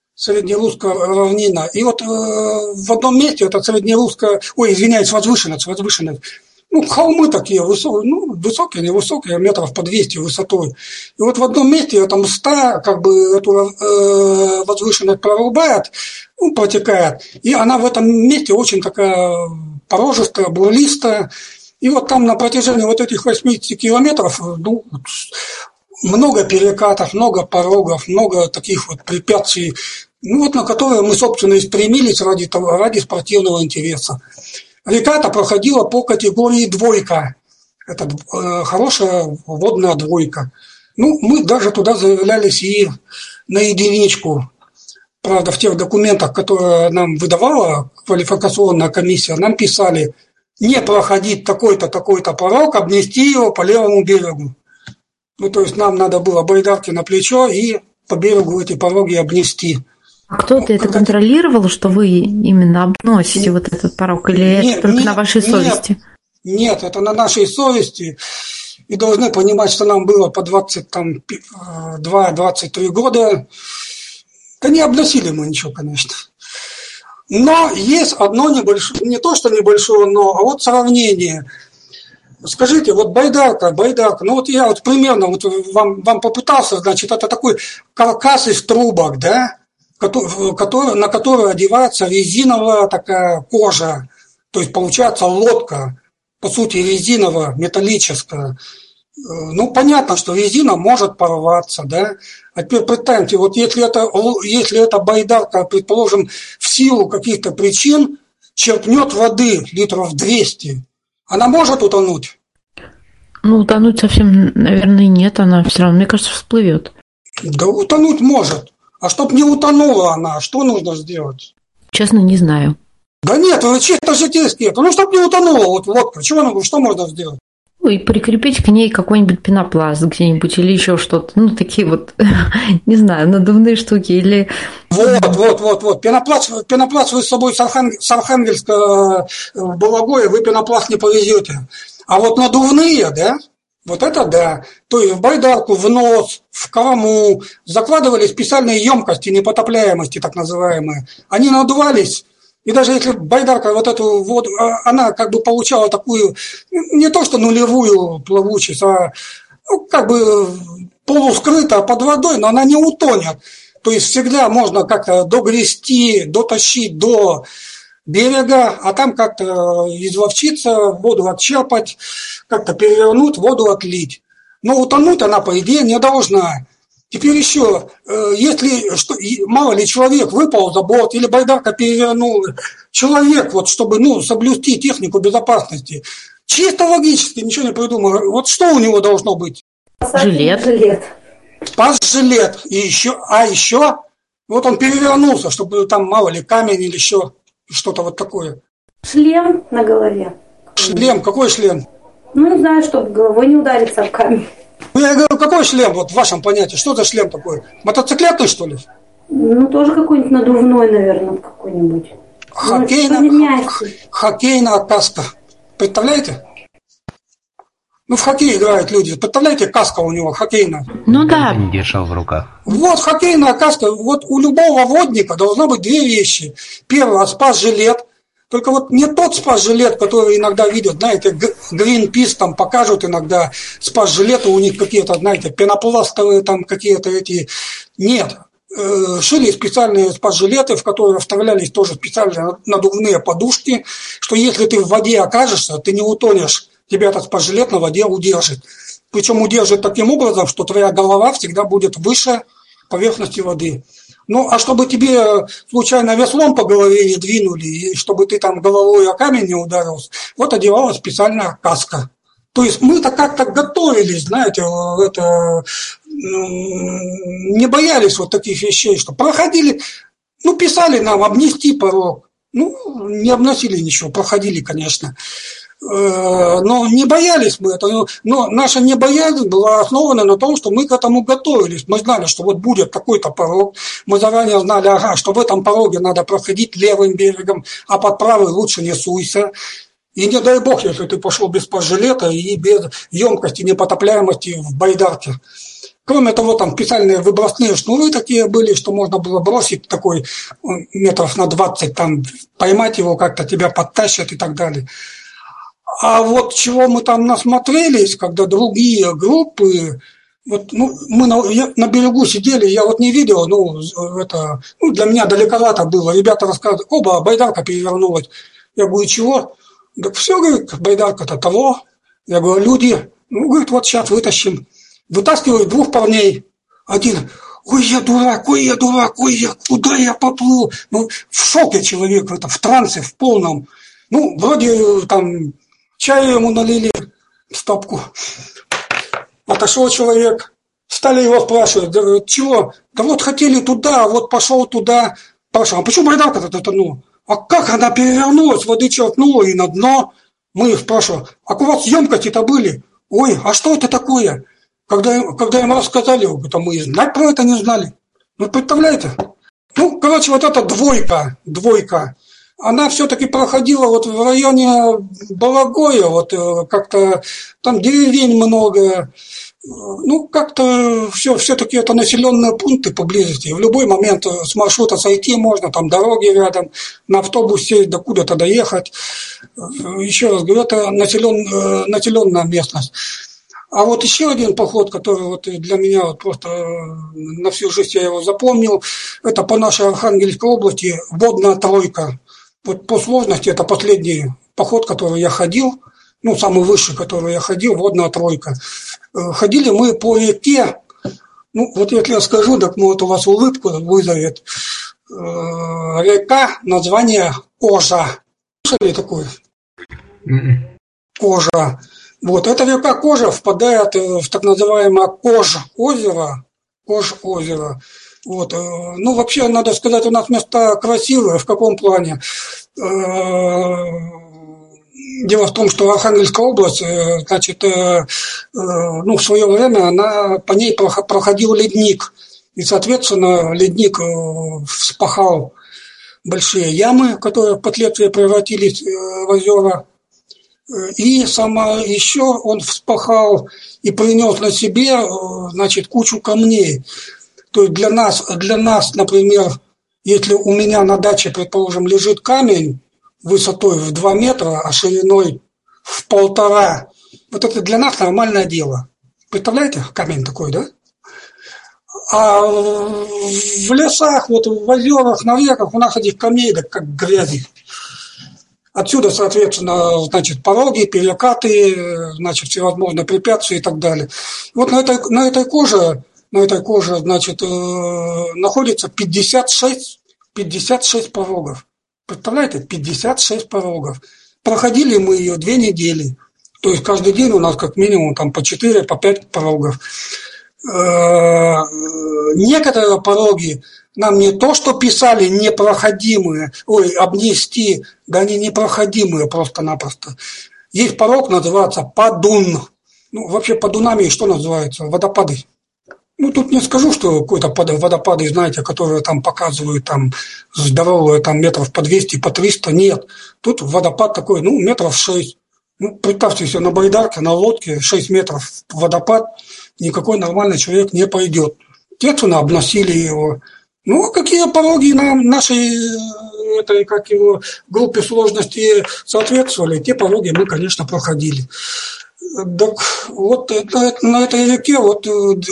и вот в одном месте это среднерусская, возвышенность. Холмы такие высокие, невысокие, метров по 200 высотой. И вот в одном месте эта Мста эту возвышенность прорубает, протекает, и она в этом месте очень такая порожистая, бурлистая. И вот там на протяжении вот этих 80 километров, много перекатов, много порогов, много таких вот препятствий, на которые мы, собственно, и стремились ради спортивного интереса. Река-то проходила по категории 2. Это хорошая водная 2. Мы даже туда заявлялись и на единичку. Правда, в тех документах, которые нам выдавала квалификационная комиссия, нам писали не проходить такой-то, такой-то порог, обнести его по левому берегу. То есть нам надо было байдарки на плечо и по берегу эти пороги обнести. А кто-то это контролировал, что вы именно обносите вот этот порог, или это только на вашей совести? Нет, это на нашей совести. И должны понимать, что нам было по 22-23 года. Да не обносили мы ничего, конечно. Но есть одно небольшое, не то что небольшое, а вот сравнение. Скажите, вот байдарка, я вот примерно вам попытался, значит, это такой каркас из трубок, да, на которую одевается резиновая такая кожа, то есть получается лодка, по сути резиновая, металлическая. Понятно, что резина может порваться, да. А теперь представьте, вот если это байдарка, предположим, в силу каких-то причин черпнет воды литров 200, она может утонуть? Ну, утонуть совсем, наверное, нет. Она все равно, мне кажется, всплывет. Да утонуть может. А чтоб не утонула она, что нужно сделать? Честно, не знаю. Да нет, чисто житейский. Ну, чтоб не утонула вот лодка, что можно сделать? Ну, и прикрепить к ней какой-нибудь пенопласт где-нибудь или еще что-то. Ну, такие вот, не знаю, надувные штуки или... Вот. Пенопласт вы с собой с Архангельска в Балагое, вы пенопласт не повезете. А вот надувные, да, вот это да. То есть в байдарку, в нос, в корму закладывали специальные емкости непотопляемости, так называемые. Они надувались. И даже если байдарка вот эту воду, она как бы получала такую, не то что нулевую плавучесть, а как бы полускрыта под водой, но она не утонет. То есть всегда можно как-то догрести, дотащить до берега, а там как-то изловчиться, воду отчерпать, как-то перевернуть, воду отлить. Но утонуть она, по идее, не должна. Теперь еще, если мало ли человек выпал за борт или байдарка перевернула, человек, вот, чтобы соблюсти технику безопасности, чисто логически ничего не придумал. Вот что у него должно быть? Жилет. Спас-жилет. И еще, вот он перевернулся, чтобы там мало ли камень или еще что-то вот такое. Шлем на голове. Шлем? Какой шлем? Ну, не знаю, чтобы головой не удариться в камень. Ну, я говорю, какой шлем, вот в вашем понятии? Что за шлем такой? Мотоциклетный, что ли? Ну, тоже какой-нибудь надувной, наверное, какой-нибудь. Хоккейная каска. Представляете? Ну, в хоккей играют люди. Представляете, каска у него хоккейная. Ну да. Не держал в руках. Вот хоккейная каска. Вот у любого водника должно быть две вещи. Первое, спас-жилет. Только вот не тот спас-жилет, который иногда видят, знаете, Greenpeace там покажут иногда спас-жилеты, у них какие-то, знаете, пенопластовые там какие-то эти. Нет. Шили специальные спас-жилеты, в которые вставлялись тоже специальные надувные подушки, что если ты в воде окажешься, ты не утонешь, тебя этот спас-жилет на воде удержит. Причем удержит таким образом, что твоя голова всегда будет выше поверхности воды. Ну, а чтобы тебе случайно веслом по голове не двинули, и чтобы ты там головой о камень не ударился, вот одевалась специальная каска. То есть мы-то как-то готовились, знаете, не боялись вот таких вещей, что проходили, писали нам обнести порог, не обносили ничего, проходили, конечно. Но не боялись мы этого, но наша небоязнь была основана на том, что мы к этому готовились. Мы знали, что вот будет такой-то порог, мы заранее знали, что в этом пороге надо проходить левым берегом, а под правый лучше не суйся. И не дай бог, если ты пошел без спас-жилета и без емкости, непотопляемости в байдарке. Кроме того, там специальные выбросные шнуры такие были, что можно было бросить такой метров на 20, там, поймать его как-то, тебя подтащат и так далее. А вот чего мы там насмотрелись, когда другие группы, вот, мы на берегу сидели, я вот не видел, для меня далековато было. Ребята рассказывают, байдарка перевернулась. Я говорю, чего? Так все, говорит, байдарка-то того. Я говорю, люди, говорит, вот сейчас вытащим. Вытаскивают двух парней. Один, ой, я дурак, куда я поплыл? В шоке человек, в трансе, в полном. Вроде там чаю ему налили в стопку. Отошел человек. Стали его спрашивать, говорят, чего? Да вот хотели туда, вот пошел туда. Спрашиваю, а почему байдарка-то тотанула? А как она перевернулась, воды черпнула и на дно? Мы их спрашиваем, а у вас емкости-то были? Ой, а что это такое? Когда им рассказали, это мы и знать про это не знали. Представляете? Вот эта двойка, она все-таки проходила вот в районе Балагоя, вот как-то там деревень много. Как-то все-таки это населенные пункты поблизости. В любой момент с маршрута сойти можно, там дороги рядом, на автобус сесть, да куда-то доехать. Еще раз говорю, это населенная местность. А вот еще один поход, который вот для меня вот просто на всю жизнь я его запомнил, это по нашей Архангельской области водная тройка. Вот по сложности это последний поход, который я ходил, самый высший, который я ходил, водная тройка. Ходили мы по реке, вот если я скажу, так может у вас улыбку вызовет. Река, название Ожа. Слышали такое? Кожа. Вот, эта река Кожа впадает в так называемое Кож-озеро. Кож-озеро. Вот. Ну, вообще, надо сказать, у нас места красивые. В каком плане? Дело в том, что Архангельская область, значит, ну, в свое время по ней проходил ледник. И, соответственно, ледник вспахал большие ямы, которые впоследствии превратились в озера. И еще он вспахал и принес на себе, значит, кучу камней. То есть для нас, например, если у меня на даче, предположим, лежит камень высотой в 2 метра, а шириной в 1,5, вот это для нас нормальное дело. Представляете, камень такой, да? А в лесах, вот в озерах, на реках у нас этих камней да как грязи. Отсюда, соответственно, значит, пороги, перекаты, значит, всевозможные препятствия и так далее. Вот на этой коже, значит, находится 56 порогов. Представляете, 56 порогов. Проходили мы ее 2 недели. То есть каждый день у нас как минимум там по 4, по 5 порогов. Некоторые пороги нам не то, что писали непроходимые, обнести, да они непроходимые просто-напросто. Есть порог, называется Падун. Ну, вообще Падунами что называется? Водопады. Ну, тут не скажу, что какой-то водопады, знаете, которые там показывают там здоровые там метров по 200, по 300. Нет. Тут водопад такой, ну, метров 6. Ну, представьте себе, на байдарке, на лодке 6 метров водопад, никакой нормальный человек не пойдет. Естественно, обносили его. Ну, какие пороги нам нашей этой, как его, группе сложности соответствовали, те пороги мы, конечно, проходили. Так вот на этой реке вот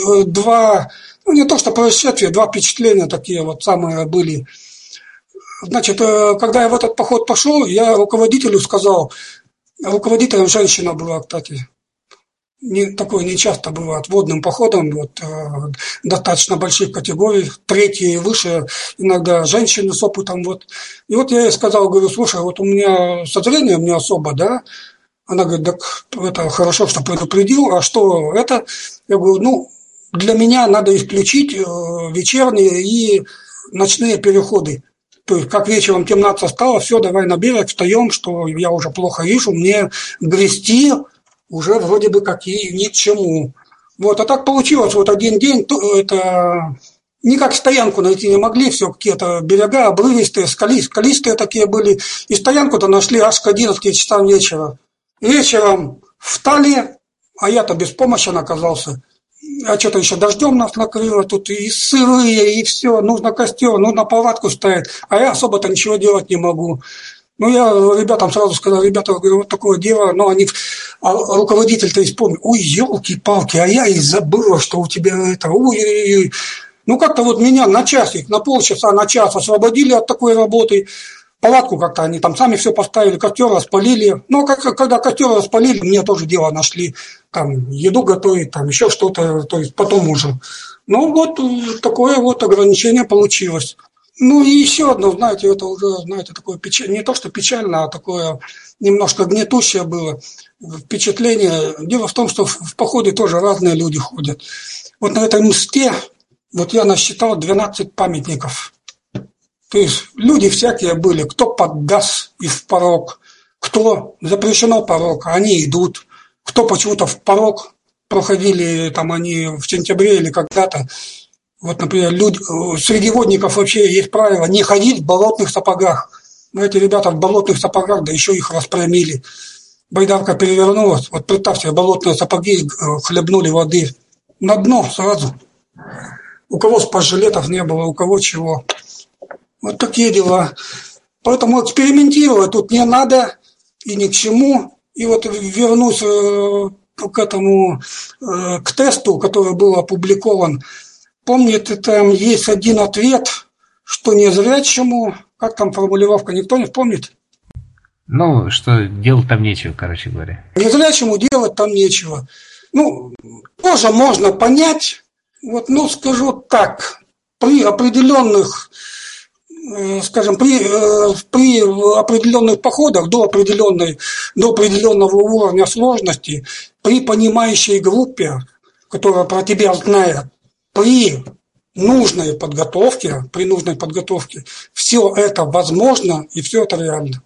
2, ну не то что происшествия, 2 впечатления такие вот самые были. Значит, когда я в этот поход пошел, я руководителю сказал, руководителем женщина была, кстати, такое не часто бывает, водным походом, вот, достаточно больших категорий, 3 и выше, иногда женщины с опытом. Вот. И вот я ей сказал, говорю, слушай, вот у меня со зрением не особо, да? Она говорит, так это хорошо, что предупредил, а что это? Я говорю, ну, для меня надо исключить вечерние и ночные переходы. То есть, как вечером темнаться стало, все, давай на берег, встаем, что я уже плохо вижу, мне грести уже вроде бы как и ни к чему. Вот, а так получилось, вот один день, это никак стоянку найти не могли, все какие-то берега обрывистые, скалистые такие были, и стоянку-то нашли аж к 11 часам вечера. Вечером встали, а я-то беспомощен оказался. А что-то еще дождем нас накрыло, тут и сырые, и все, нужно костер, нужно палатку ставить, а я особо-то ничего делать не могу. Ну, я ребятам сразу сказал, ребята, говорю, вот такое дело, но они, руководитель-то и вспомнил, ой, елки-палки, а я и забыла, что у тебя это, ой-ой-ой. Ну, как-то вот меня на часик, на полчаса, на час освободили от такой работы. Палатку как-то они там сами все поставили, костер распалили. Но когда костер распалили, мне тоже дело нашли. Там еду готовить, там еще что-то, то есть потом уже. Ну, вот такое вот ограничение получилось. Ну, и еще одно, знаете, это уже, знаете, такое не то, что печально, а такое немножко гнетущее было впечатление. Дело в том, что в походы тоже разные люди ходят. Вот на этой мсте, вот я насчитал 12 памятников. То есть люди всякие были, кто поддаст и в порог, кто запрещено порог, они идут, кто почему-то в порог проходили, там они в сентябре или когда-то. Вот, например, среди водников вообще есть правило не ходить в болотных сапогах. Но эти ребята в болотных сапогах, да еще их распрямили. Байдарка перевернулась. Вот представьте, болотные сапоги хлебнули воды на дно сразу. У кого спас-жилетов не было, у кого чего. Вот такие дела. Поэтому экспериментировать тут не надо и ни к чему. И вот вернусь к этому, к тесту, который был опубликован. Помните, там есть один ответ, что незрячему, как там формулировка, никто не помнит? Ну, что делать там нечего, короче говоря. Незрячему делать там нечего. Ну, тоже можно понять, вот, ну, скажу так, при определенных скажем, при определенных походах до определенного уровня сложности, при понимающей группе, которая про тебя знает, при нужной подготовке, все это возможно и все это реально.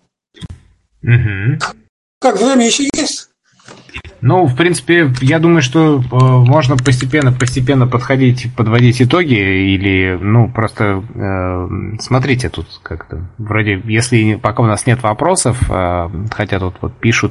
Угу. Как время еще есть? Ну, в принципе, я думаю, что можно постепенно подводить итоги, или, просто смотрите тут как-то. Вроде, если пока у нас нет вопросов, хотя тут вот пишут.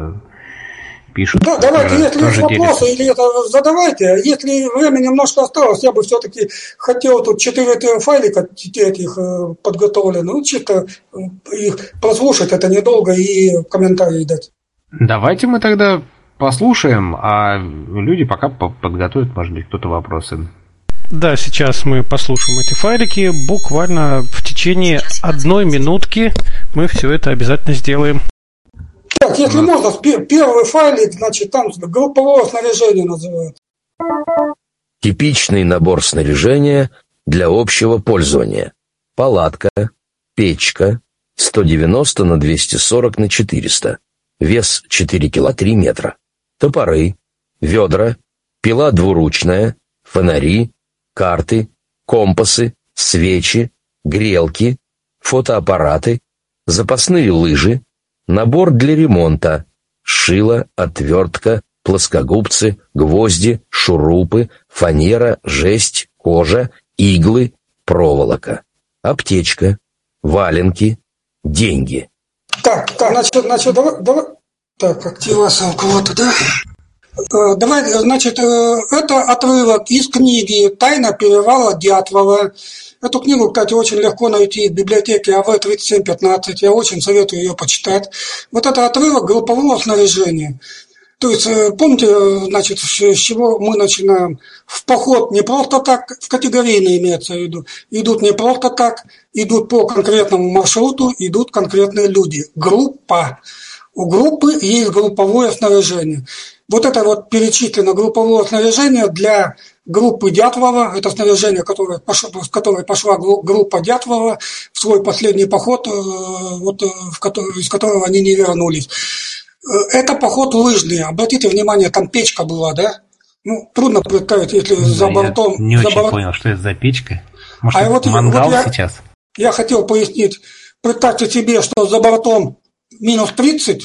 Да, давайте, если есть вопросы, или это задавайте. Если время немножко осталось, я бы все-таки хотел тут 4 файлика этих подготовленных, чисто их прослушать, это недолго, и комментарии дать. Давайте мы тогда послушаем, а люди пока подготовят, может быть, кто-то вопросы. Да, сейчас мы послушаем эти файлики. Буквально в течение 1 минутки мы все это обязательно сделаем. Так, если можно, первый файлик, значит, там групповое снаряжение называют. Типичный набор снаряжения для общего пользования. Палатка, печка, 190 на 240 на 400, вес 4 кг 3 метра, топоры, ведра, пила двуручная, фонари, карты, компасы, свечи, грелки, фотоаппараты, запасные лыжи, набор для ремонта, шило, отвертка, плоскогубцы, гвозди, шурупы, фанера, жесть, кожа, иглы, проволока, аптечка, валенки, деньги. Так, значит, давай. Так, активация у кого-то, да? Давай, значит, это отрывок из книги «Тайна перевала Дятлова». Эту книгу, кстати, очень легко найти в библиотеке АВ-3715. Я очень советую ее почитать. Вот это отрывок группового снаряжения. То есть, помните, значит, с чего мы начинаем? В поход не просто так, в категорийно имеется в виду. Идут не просто так, идут по конкретному маршруту, идут конкретные люди. Группа. У группы есть групповое снаряжение. Вот это вот перечислено групповое снаряжение для группы Дятлова. Это снаряжение, с которой пошла группа Дятлова в свой последний поход, из которого они не вернулись. Это поход лыжный. Обратите внимание, там печка была, да? Трудно представить, если за бортом... Я не очень понял, что это за печка. Может, мангал сейчас? Я хотел пояснить. Представьте себе, что за бортом минус 30,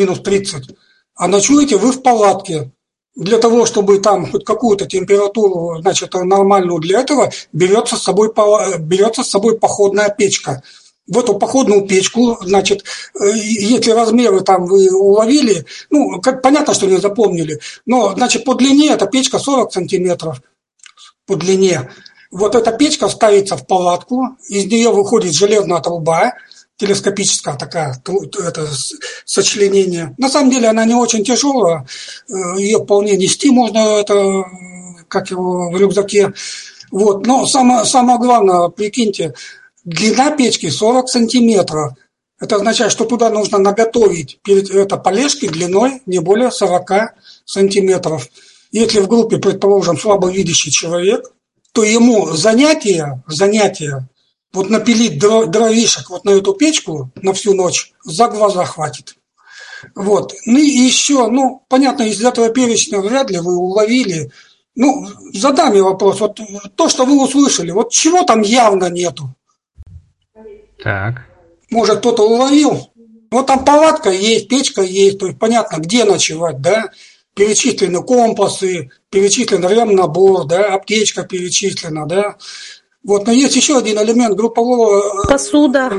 а ночуете вы в палатке. Для того, чтобы там хоть какую-то температуру, значит, нормальную для этого, берется с собой походная печка. В эту походную печку, значит, если размеры там вы уловили, понятно, что не запомнили, но, значит, по длине эта печка 40 сантиметров по длине. Вот эта печка ставится в палатку, из нее выходит железная труба, телескопическое это сочленение. На самом деле она не очень тяжелая, ее вполне нести можно, это как его в рюкзаке. Вот. Но самое главное, прикиньте, длина печки 40 сантиметров. Это означает, что туда нужно наготовить полежки длиной не более 40 сантиметров. Если в группе, предположим, слабовидящий человек, то ему занятие вот напилить дровишек вот на эту печку на всю ночь за глаза хватит. Вот. И еще, понятно, из этого перечня вряд ли вы уловили. Задам я вопрос. Вот то, что вы услышали, вот чего там явно нету? Так. Может, кто-то уловил? Вот там палатка есть, печка есть, то есть понятно, где ночевать, да? Перечислены компасы, перечислен ремнабор, да, аптечка перечислена, да? Вот, но есть еще один элемент группового... Посуда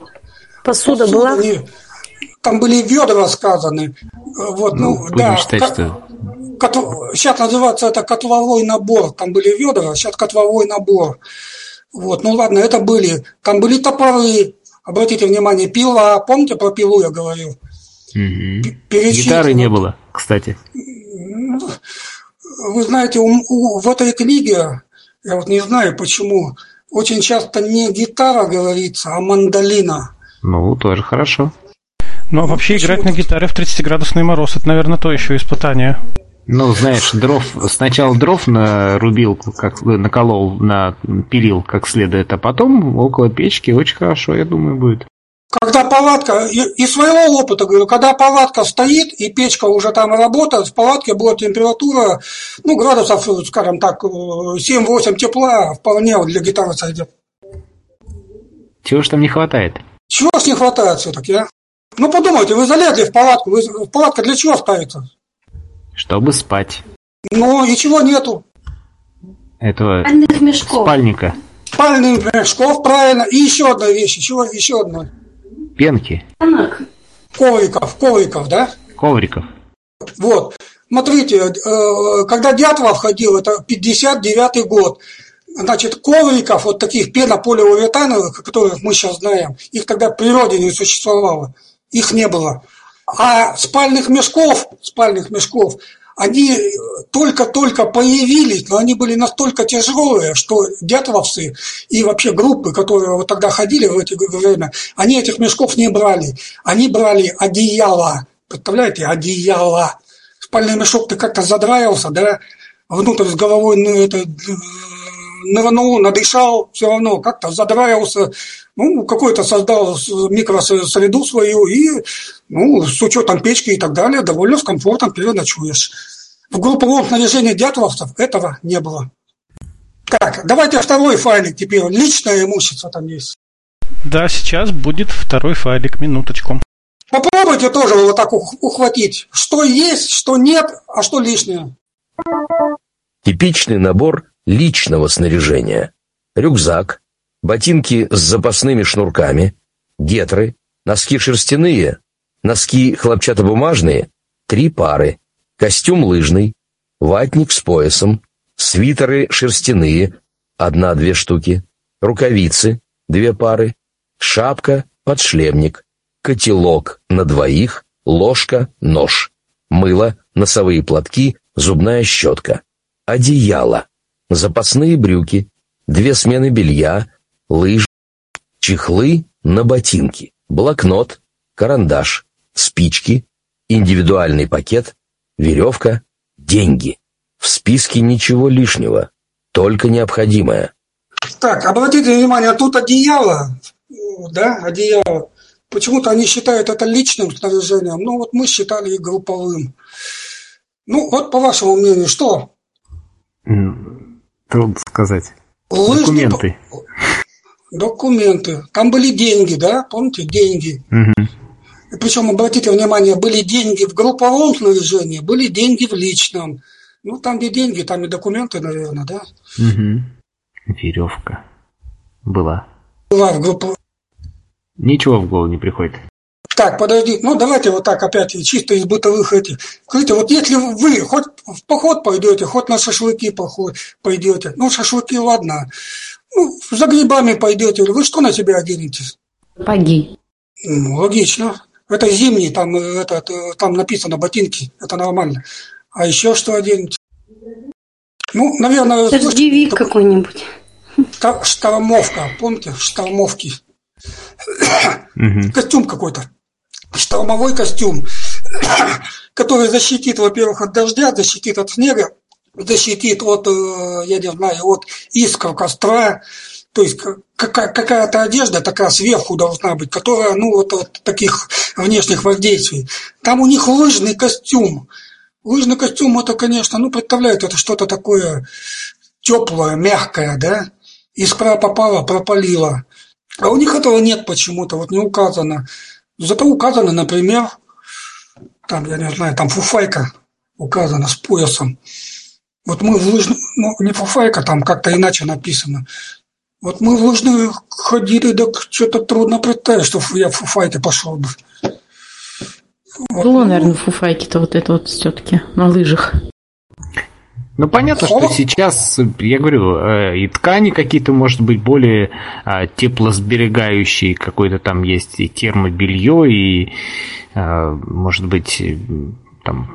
была? Там были ведра сказаны. Вот, будем считать, что... Сейчас называется это котловой набор. Там были ведра, сейчас котловой набор. Вот, ладно, это были. Там были топоры. Обратите внимание, пила. Помните, про пилу я говорил? Гитары не было, кстати. Вы знаете, в этой книге... Я вот не знаю, почему. Очень часто не гитара говорится, а мандолина. Тоже хорошо. А вообще играть на гитаре в 30-градусный мороз, это, наверное, то еще испытание. Ну, знаешь, сначала дров нарубил, как наколол, напилил как следует, а потом около печки очень хорошо, я думаю, будет. Когда палатка, из своего опыта говорю, когда палатка стоит и печка уже там работает, в палатке будет температура, ну, градусов, скажем так, 7-8 тепла вполне для гитары сойдет. Чего ж там не хватает? Чего ж не хватает все-таки, а? Ну, подумайте, вы залезли в палатку, палатка для чего ставится? Чтобы спать. Ну, и чего нету? Этого Спальных мешков. Спальника. Спальных мешков, правильно. И еще одна вещь, еще одна. Пенки. Ковриков, да? Ковриков. Вот. Смотрите, когда Дятлов ходил, это 59-й год, значит, ковриков, вот таких пенополиуретановых, которых мы сейчас знаем, их тогда в природе не существовало, их не было. А спальных мешков, они только-только появились, но они были настолько тяжелые, что дятловцы и вообще группы, которые вот тогда ходили в это время, они этих мешков не брали. Они брали одеяло. Представляете, одеяло. Спальный мешок ты как-то задраился, да, внутрь с головой нырнул, надышал, все равно как-то задраился, ну, какой-то создал микросреду свою и, ну, с учетом печки и так далее, довольно с комфортом переночуешь. В групповом снаряжении дятловцев этого не было. Так, давайте второй файлик теперь. Личное имущество там есть. Да, сейчас будет второй файлик, минуточку. Попробуйте тоже вот так ухватить. Что есть, что нет, а что лишнее. Типичный набор личного снаряжения. Рюкзак, ботинки с запасными шнурками, гетры, носки шерстяные, носки хлопчатобумажные, 3 пары, костюм лыжный, ватник с поясом, свитеры шерстяные, 1-2 штуки, рукавицы, 2 пары, шапка, подшлемник, котелок на 2, ложка, нож, мыло, носовые платки, зубная щетка, одеяло, запасные брюки, 2 смены белья, лыжи, чехлы на ботинки, блокнот, карандаш, спички, индивидуальный пакет, веревка, деньги. В списке ничего лишнего, только необходимое. Так, обратите внимание, тут одеяло, да, одеяло. Почему-то они считают это личным снаряжением, ну вот мы считали и групповым. Ну вот по вашему мнению, что? Трудно сказать. Лыжные документы. Там были деньги, да? Помните, деньги. Угу. Причем, обратите внимание, были деньги в групповом снаряжении, были деньги в личном. Ну, там, где деньги, там и документы, наверное, да? Угу. Веревка. Была в группу. Ничего в голову не приходит. Так, подожди, ну давайте вот так опять, чисто из бытовых этих. Скажите, вот если вы хоть в поход пойдете, хоть на шашлыки пойдете, ну шашлыки ладно, ну за грибами пойдете, вы что на себя оденете? Сапоги. Ну, логично. Это зимний, там написано ботинки, это нормально. А еще что оденете? Ну, наверное... Дождевик какой-нибудь. Штормовка, помните, штормовки. Костюм какой-то. Штормовой костюм, который защитит, во-первых, от дождя, защитит от снега, защитит от, я не знаю, от искр костра. То есть какая-то одежда такая сверху должна быть, которая, ну, вот от таких внешних воздействий. Там у них лыжный костюм. Лыжный костюм, это, конечно, ну, представляете, это что-то такое теплое, мягкое, да? Искра попала, пропалила. А у них этого нет почему-то, вот не указано. Зато указано, например, там, я не знаю, там фуфайка указана с поясом. Вот мы в лыжную, ну, не фуфайка, там как-то иначе написано. Вот мы в лыжную ходили, так что-то трудно представить, что я в фуфайке пошел бы. Вот. Было, наверное, фуфайки-то вот это вот все-таки на лыжах. Ну, понятно, что сейчас, я говорю, и ткани какие-то, может быть, более теплосберегающие, какое-то там есть и термобелье, и, может быть, там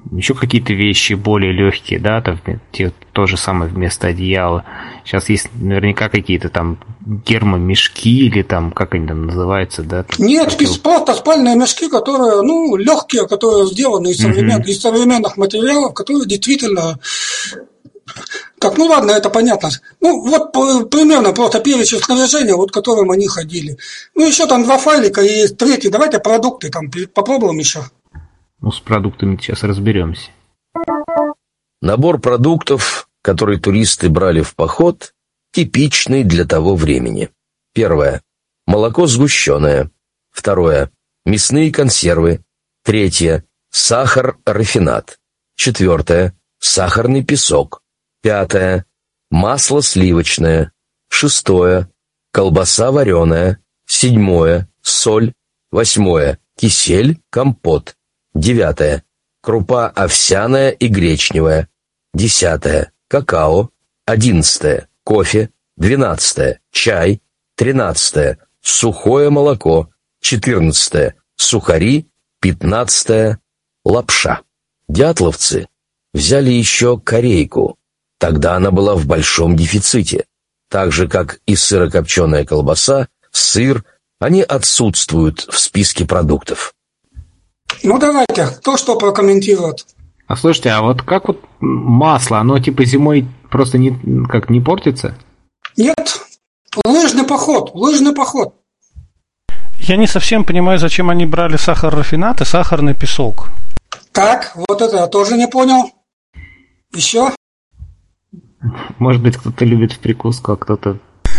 еще какие-то вещи более легкие, да, там то же самое вместо одеяла. Сейчас есть наверняка какие-то там гермомешки или там, как они там называются, да? Нет, просто спальные мешки, которые, легкие, которые сделаны из современных материалов, которые действительно... Так, ладно, это понятно. Вот примерно просто перечень снаряжения, вот которым они ходили. Еще там 2 файлика и 3. Давайте продукты там попробуем еще. С продуктами сейчас разберемся. Набор продуктов, который туристы брали в поход, типичный для того времени. 1. Молоко сгущенное. 2. Мясные консервы. 3. Сахар-рафинат. 4. Сахарный песок. 5. Масло сливочное. 6. Колбаса вареная. 7. Соль. 8. Кисель, компот. 9. Крупа овсяная и гречневая. 10. Какао. 11. Кофе. 12. Чай. 13. Сухое молоко. 14. Сухари. 15. Лапша. Дятловцы взяли еще корейку. Тогда она была в большом дефиците. Так же, как и сырокопченая колбаса, сыр, они отсутствуют в списке продуктов. Давайте, кто что прокомментирует. А слушайте, а вот как вот масло, оно типа зимой просто не портится? Нет, лыжный поход. Я не совсем понимаю, зачем они брали сахар-рафинат и сахарный песок. Так, вот это я тоже не понял. Еще? Может быть, кто-то любит в прикуску, а кто-то...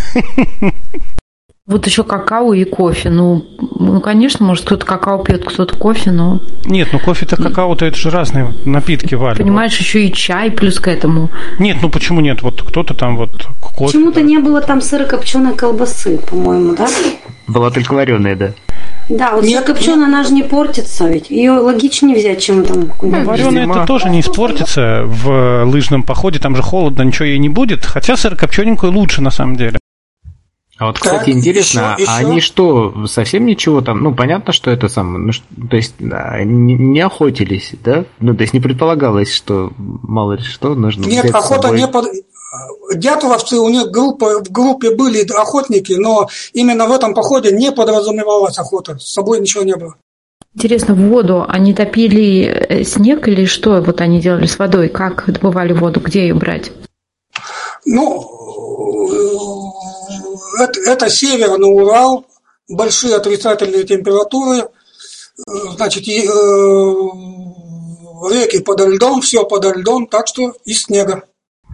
Вот еще какао и кофе. Конечно, может, кто-то какао пьет, кто-то кофе, но... Нет, кофе-то, какао-то, это же разные напитки, Валя. Понимаешь, еще и чай плюс к этому. Нет, почему нет? Вот кто-то там кофе... Почему-то не было там сырокопченой колбасы, по-моему, да? Была только вареная, да. Да, вот сырокопченая, она же не портится ведь. Ее логичнее взять, чем там какую-нибудь. Вареная это тоже не испортится в лыжном походе, там же холодно, ничего ей не будет. Хотя сырокопчененькую лучше, на самом деле. А вот, кстати, интересно, еще? Они что, совсем ничего там, понятно, что это самое, то есть не охотились, да? То есть не предполагалось, что мало ли что нужно взять. Нет, охота не под... Дятловцы, у них в группе были охотники, но именно в этом походе не подразумевалась охота, с собой ничего не было. Интересно, воду они топили снег или что вот они делали с водой? Как добывали воду, где ее брать? Это Северный Урал, большие отрицательные температуры, значит, реки подо льдом, все подо льдом, так что из снега.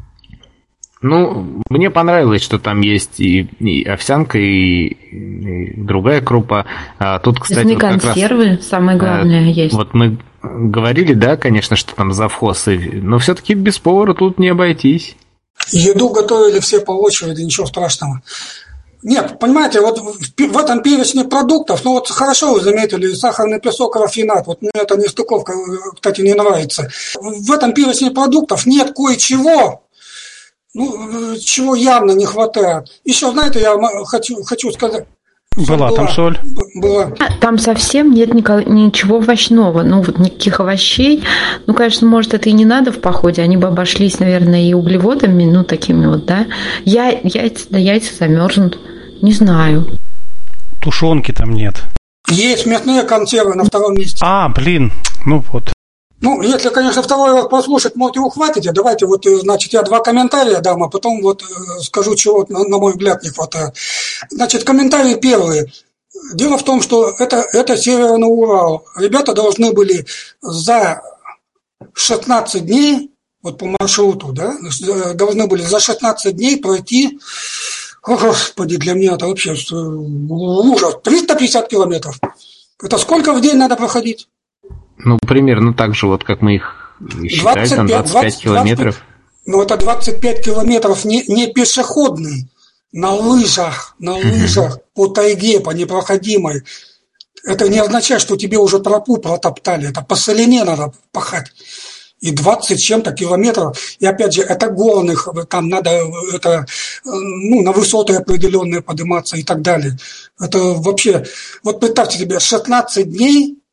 Мне понравилось, что там есть и овсянка, и другая крупа. А тут, кстати, вот консервы, как раз, самое главное, есть. Вот мы говорили, да, конечно, что там завхозы, но все-таки без повара тут не обойтись. Еду готовили все по очереди, ничего страшного. Нет, понимаете, вот в этом перечне продуктов, хорошо вы заметили, сахарный песок, рафинат, вот мне эта нестыковка, кстати, не нравится. В этом перечне продуктов нет кое-чего, чего явно не хватает. Еще, знаете, я хочу сказать... Была там соль. Была. Там совсем нет ничего овощного, никаких овощей. Конечно, может, это и не надо в походе, они бы обошлись, наверное, и углеводами, такими вот, да. Яйца замерзнут, не знаю. Тушенки там нет. Есть мясные консервы на втором месте. Вот. Если, конечно, второй раз послушать, можете ухватите. Давайте я 2 комментария дам, а потом скажу, чего, на мой взгляд, не хватает. Значит, комментарий первый. Дело в том, что это Северный Урал. Ребята должны были за 16 дней, по маршруту, да, должны были за 16 дней пройти, господи, для меня это вообще ужас, 350 километров. Это сколько в день надо проходить? Примерно так же, как мы их считали, 25 километров. Это 25 километров не пешеходный, на лыжах, по тайге, по непроходимой. Это не означает, что тебе уже тропу протоптали, это по солине надо пахать. И 20 с чем-то километров, и опять же, это горных, там надо на высоты определенные подниматься и так далее. Это вообще, представьте себе, 16 дней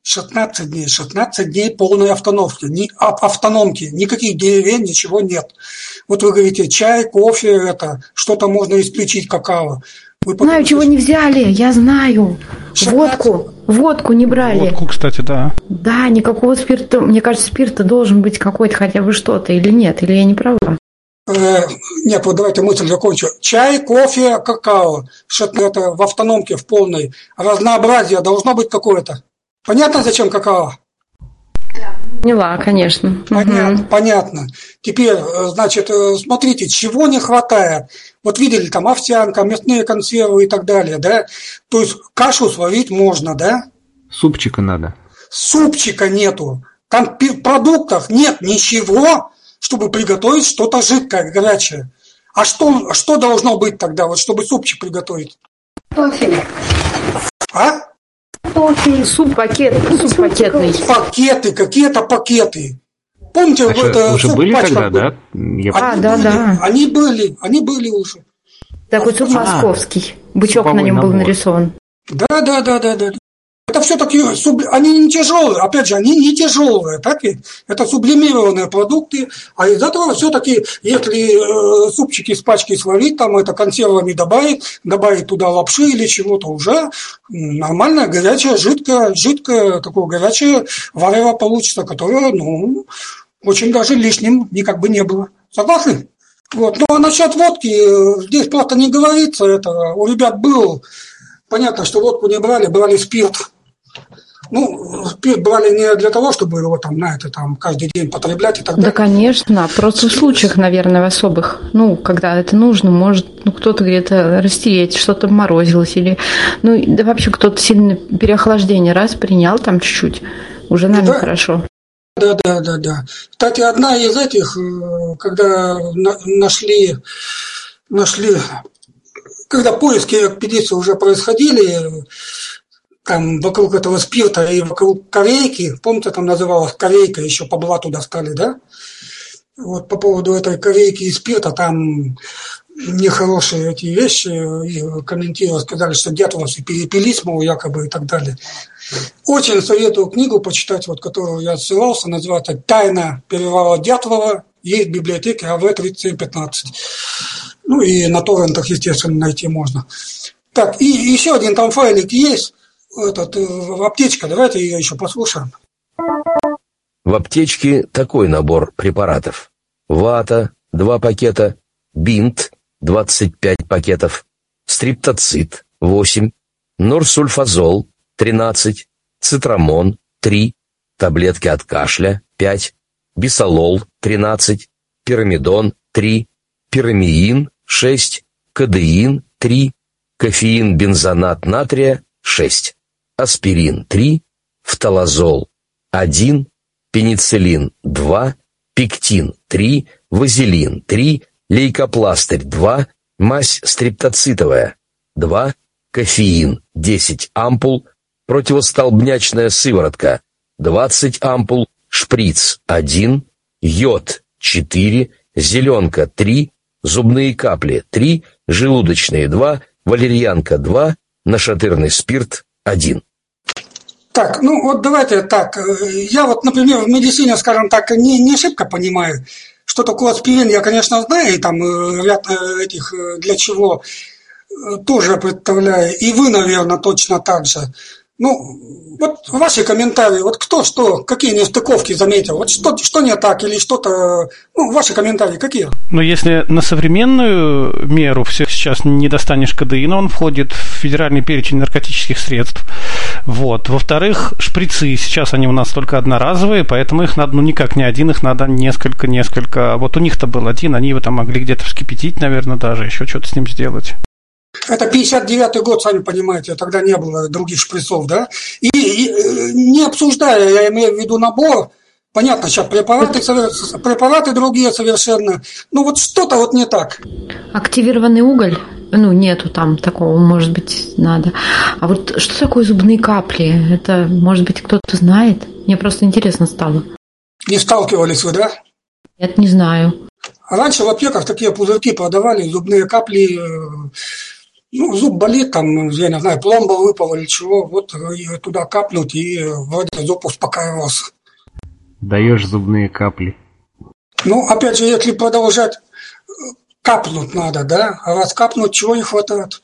16 дней. 16 дней полной автономки. Автономки. Никаких деревень, ничего нет. Вот вы говорите, чай, кофе, это, что-то можно исключить, какао. Знаю, чего не взяли, я знаю. 16... Водку не брали. Водку, кстати, да. Да, никакого спирта. Мне кажется, спирта должен быть какой-то хотя бы что-то, или нет, или я не права. Нет, вот давайте мысль закончу. Чай, кофе, какао. Это в автономке, в полной. Разнообразие должно быть какое-то. Понятно, зачем какао? Поняла, конечно. Понятно. Теперь, значит, смотрите, чего не хватает. Вот видели, там овсянка, мясные консервы и так далее, да? То есть кашу сварить можно, да? Супчика надо. Супчика нету. Там в продуктах нет ничего, чтобы приготовить что-то жидкое, горячее. А что должно быть тогда, вот, чтобы супчик приготовить? Тофель. А? Суп пакетный. Пакеты, какие-то пакеты. Помните, это уже были тогда, да? Да. Они были уже. Такой суп московский. Бычок на нем был нарисован. Да. Это все-таки, они не тяжелые, опять же, они не тяжелые, так ведь? Это сублимированные продукты, а из этого все-таки, если супчики с пачки сварить, там это консервами добавить туда лапши или чего-то, уже нормальное, горячее, жидкое, такое горячее варево получится, которое, очень даже лишним никак бы не было. Согласны? Вот. Ну, а насчет водки, здесь просто не говорится этого. У ребят был, понятно, что водку не брали спирт. Спирт брали не для того, чтобы его там каждый день потреблять и так далее. Да, конечно. Просто в случаях, наверное, в особых. Когда это нужно, может, кто-то где-то растереть, что-то морозилось. Или, да вообще кто-то сильно переохлаждение раз принял там чуть-чуть. Уже, наверное, хорошо. Да. Кстати, одна из этих, когда нашли, когда поиски экспедиции уже происходили, там вокруг этого спирта и вокруг корейки, помните, там называлась корейка, еще по блату достали, да? Вот по поводу этой корейки и спирта, там нехорошие эти вещи, и комментировали, сказали, что дятловцы перепились, мол, якобы и так далее. Очень советую книгу почитать, вот которую я ссылался, называется «Тайна перевала Дятлова», есть в библиотеке АВ-3715. И на торрентах, естественно, найти можно. Так, и еще один там файлик есть, аптечка, давайте ее еще послушаем. В аптечке такой набор препаратов. Вата, 2 пакета, бинт, 25 пакетов, стриптоцит, 8, норсульфазол, 13, цитрамон, 3, таблетки от кашля, 5, бисолол, 13, пирамидон, 3, пирамиин, 6, кадеин, 3, кофеин бензонат натрия, 6, аспирин, 3, фталазол, 1, пенициллин, 2, пектин, 3, вазелин, 3, лейкопластырь, 2, мазь стриптоцитовая, 2, кофеин, 10 ампул, противостолбнячная сыворотка, 20 ампул, шприц, 1, йод, 4, зеленка, 3, зубные капли, 3, желудочные, 2, валерьянка, 2, нашатырный спирт, 1. Так, давайте так. Я например, в медицине, скажем так, не шибко понимаю, что такое аспирин. Я, конечно, знаю, и там ряд этих для чего тоже представляю. И вы, наверное, точно так же. Ваши комментарии, кто что, какие нестыковки заметил, что не так или что-то, ваши комментарии какие? Если на современную меру всех сейчас не достанешь кадеина, он входит в федеральный перечень наркотических средств. Во-вторых, шприцы сейчас они у нас только одноразовые, поэтому их надо, никак не один, их надо несколько. Вот у них-то был один, они его там могли где-то вскипятить, наверное, даже, еще что-то с ним сделать. Это 59-й год, сами понимаете, тогда не было других шприцов, да? И не обсуждая, я имею в виду набор, понятно, сейчас препараты другие совершенно, что-то не так. Активированный уголь? Нету там такого, может быть, надо. А что такое зубные капли? Это, может быть, кто-то знает? Мне просто интересно стало. Не сталкивались вы, да? Нет, не знаю. Раньше в аптеках такие пузырьки продавали, зубные капли. ну, зуб болит, там, я не знаю, пломба выпала или чего, вот и туда капнуть, и вроде зуб успокаивался. Даешь зубные капли. Ну, опять же, если продолжать, капнуть надо, да? А раз капнуть, чего не хватает?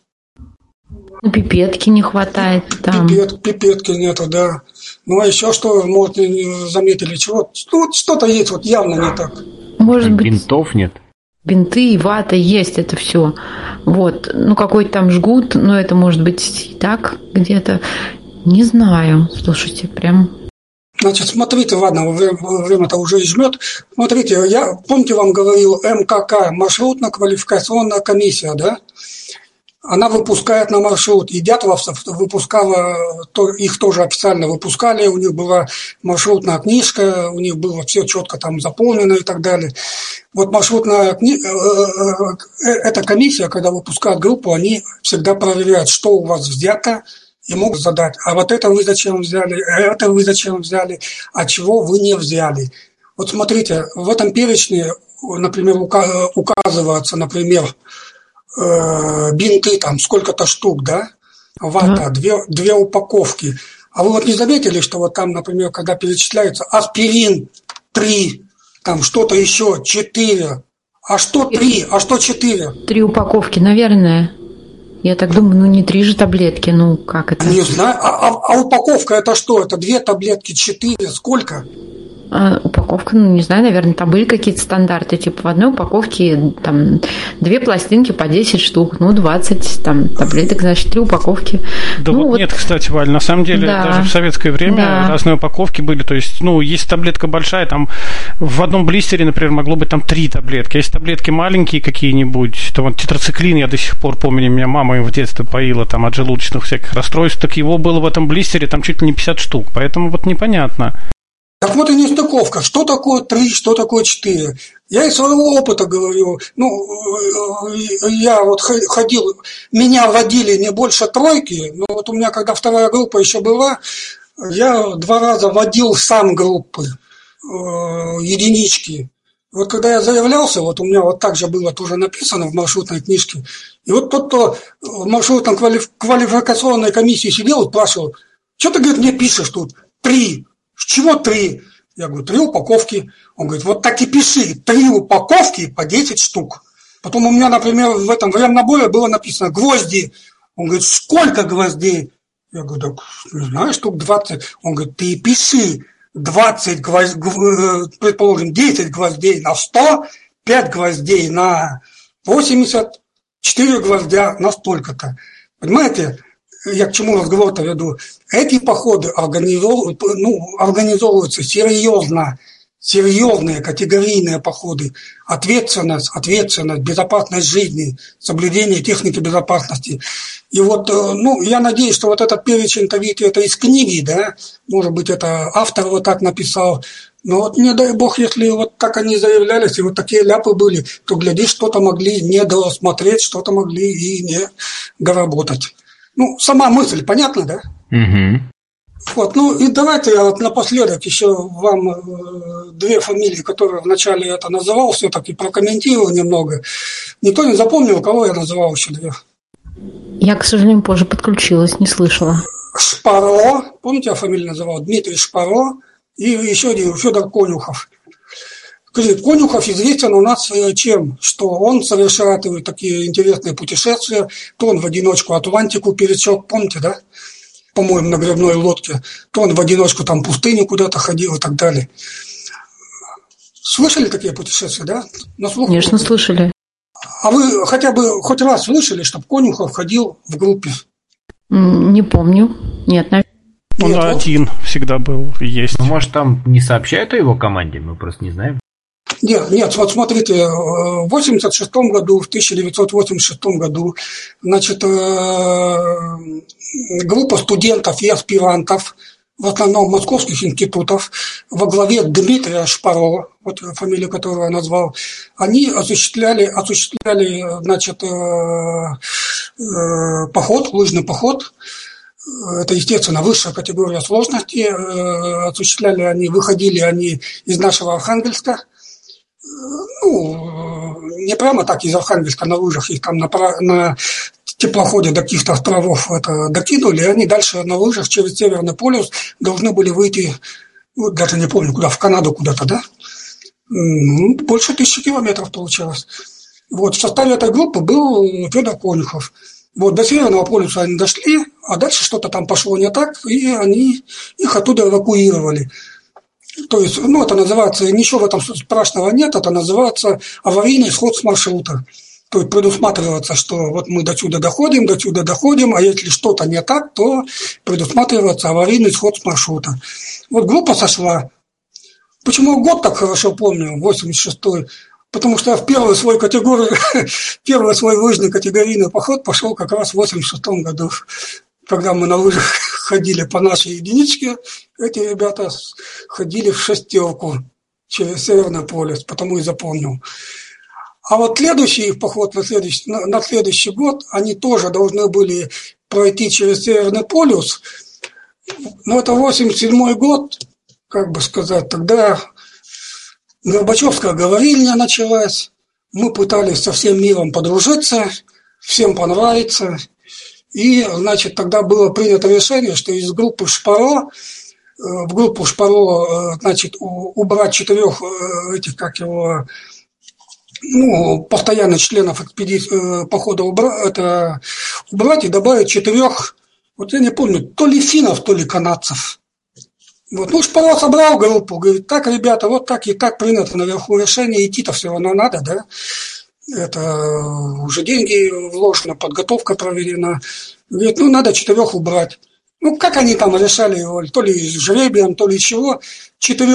Пипетки не хватает там. Пипетки нету, да. Ну, а еще что, может, заметили, чего? Ну, что-то есть, вот явно не так. Может быть... Бинтов нет? Бинты и вата есть, это все. Вот. Ну, какой-то там жгут, но это может быть и так где-то. Не знаю. Слушайте, прям... Значит, смотрите, ладно, время-то уже и жмет. Смотрите, я, помните, вам говорил, МКК, маршрутно-квалификационная комиссия, да? Она выпускает на маршрут. И дятловцев выпускала, их тоже официально выпускали, у них была маршрутная книжка, у них было все четко там заполнено и так далее. Вот маршрутная эта комиссия, когда выпускают группу, они всегда проверяют, что у вас взято, и могут задать, а вот это вы зачем взяли, а это вы зачем взяли, а чего вы не взяли. Вот смотрите, в этом перечне, например, указывается, например, бинты, там сколько-то штук, да, вата, две упаковки. А вы вот не заметили, что вот там, например, когда перечисляется аспирин 3, там что-то еще 4, а что 3, а что 4? 3 упаковки, наверное. Я так думаю, ну не 3 же таблетки, ну как это? Не знаю, а упаковка это что? Это 2 таблетки, 4, сколько? Упаковка, ну не знаю, наверное, там были какие-то стандарты, типа в одной упаковке там 2 пластинки по 10 штук, ну 20 там таблеток, значит 3 упаковки. Да ну, вот нет, кстати, Валь, на самом деле да. Даже в советское время разные упаковки были, то есть, ну, есть таблетка большая, там в одном блистере, например, могло быть там 3 таблетки, есть таблетки маленькие какие-нибудь, то вот тетрациклин, я до сих пор помню, меня мама им в детстве поила там от желудочных всяких расстройств, так его было в этом блистере там чуть ли не 50 штук, поэтому вот непонятно. Так вот и нестыковка. Что такое 3, что такое 4? Я из своего опыта говорю. Ну, я вот ходил, меня водили не больше 3, но вот у меня, когда 2 группа еще была, я 2 раза водил сам группы, единички. Вот когда я заявлялся, вот у меня вот так же было тоже написано в маршрутной книжке, и вот тот, кто в маршрутной квалификационной комиссии сидел и спрашивал, что ты, говорит, мне пишешь тут? 3. С чего 3? Я говорю, 3 упаковки. Он говорит, вот так и пиши, 3 упаковки по 10 штук. Потом у меня, например, в этом военнобое было написано гвозди. Он говорит, сколько гвоздей? Я говорю, так, не знаю, штук 20. Он говорит, ты пиши 20 гвоздей, предположим, 10 гвоздей на 100, 5 гвоздей на 80, 4 гвоздя на столько-то. Понимаете? Я к чему разговор-то веду? Эти походы организовываются серьезно, серьезные категорийные походы, ответственность, безопасность жизни, соблюдение техники безопасности. И вот, ну, я надеюсь, что вот этот перечень-то, видите, это из книги, да, может быть, это автор вот так написал, но вот не дай бог, если вот так они заявлялись, и вот такие ляпы были, то, глядишь, что-то могли не досмотреть, что-то могли и не доработать. Ну, сама мысль, понятно, да? Угу. Вот, ну и давайте я вот напоследок еще вам 2 фамилии, которые вначале это называл, все-таки прокомментирую немного. Никто не запомнил, кого я называл еще 2? Я, к сожалению, позже подключилась, не слышала. Шпаро, помните, я фамилию называл? Дмитрий Шпаро и еще один Федор Конюхов. Конюхов известен у нас чем? Что он совершает такие интересные путешествия, то он в одиночку Атлантику пересек, помните, да? По-моему, на гребной лодке, то он в одиночку там пустыню куда-то ходил и так далее. Слышали такие путешествия, да? На слух? Конечно, слышали. А вы хотя бы хоть раз слышали, чтобы Конюхов ходил в группе? Не помню. Нет, наверное. Он один всегда был, есть. Ну, может, там не сообщают о его команде, мы просто не знаем. Нет, вот смотрите, в 1986 году, в 1986 году, значит, группа студентов и аспирантов, в основном московских институтов, во главе Дмитрия Шпаро, вот фамилию которого я назвал, они осуществляли, значит, поход, лыжный поход. Это, естественно, высшая категория сложности. Осуществляли они, выходили они из нашего Архангельска. Ну, не прямо так из Архангельска на лыжах, их там на теплоходе до каких-то островов докинули, и они дальше на лыжах через Северный полюс должны были выйти, даже не помню куда, в Канаду куда-то, да? Больше 1000 километров получалось. В составе этой группы был Федор Конюхов. До Северного полюса они дошли, а дальше что-то там пошло не так, и они их оттуда эвакуировали. То есть, это называется, ничего в этом страшного нет, это называется аварийный сход с маршрута. То есть предусматривается, что мы до сюда доходим, а если что-то не так, то предусматривается аварийный сход с маршрута. Группа сошла. Почему год так хорошо помню, 86-й? Потому что я в первый свой лыжный категорийный поход пошел как раз в 86-м году. Когда мы на лыжах ходили по нашей единичке, эти ребята ходили в 6-ку через Северный полюс, потому и запомнил. А следующий их поход на следующий год, они тоже должны были пройти через Северный полюс. Но это 87-й год, тогда Горбачевская говорильня началась. Мы пытались со всем миром подружиться, всем понравиться. И, тогда было принято решение, что из группы Шпаро, убрать 4 постоянных членов похода убрать и добавить 4, я не помню, то ли финнов, то ли канадцев. Шпаро собрал группу, говорит, так, ребята, так и так принято наверху решение, идти-то все равно надо, да? Это уже деньги вложены, подготовка проведена. Говорит, надо 4 убрать. Как они там решали его, то ли жребием, то ли чего, 4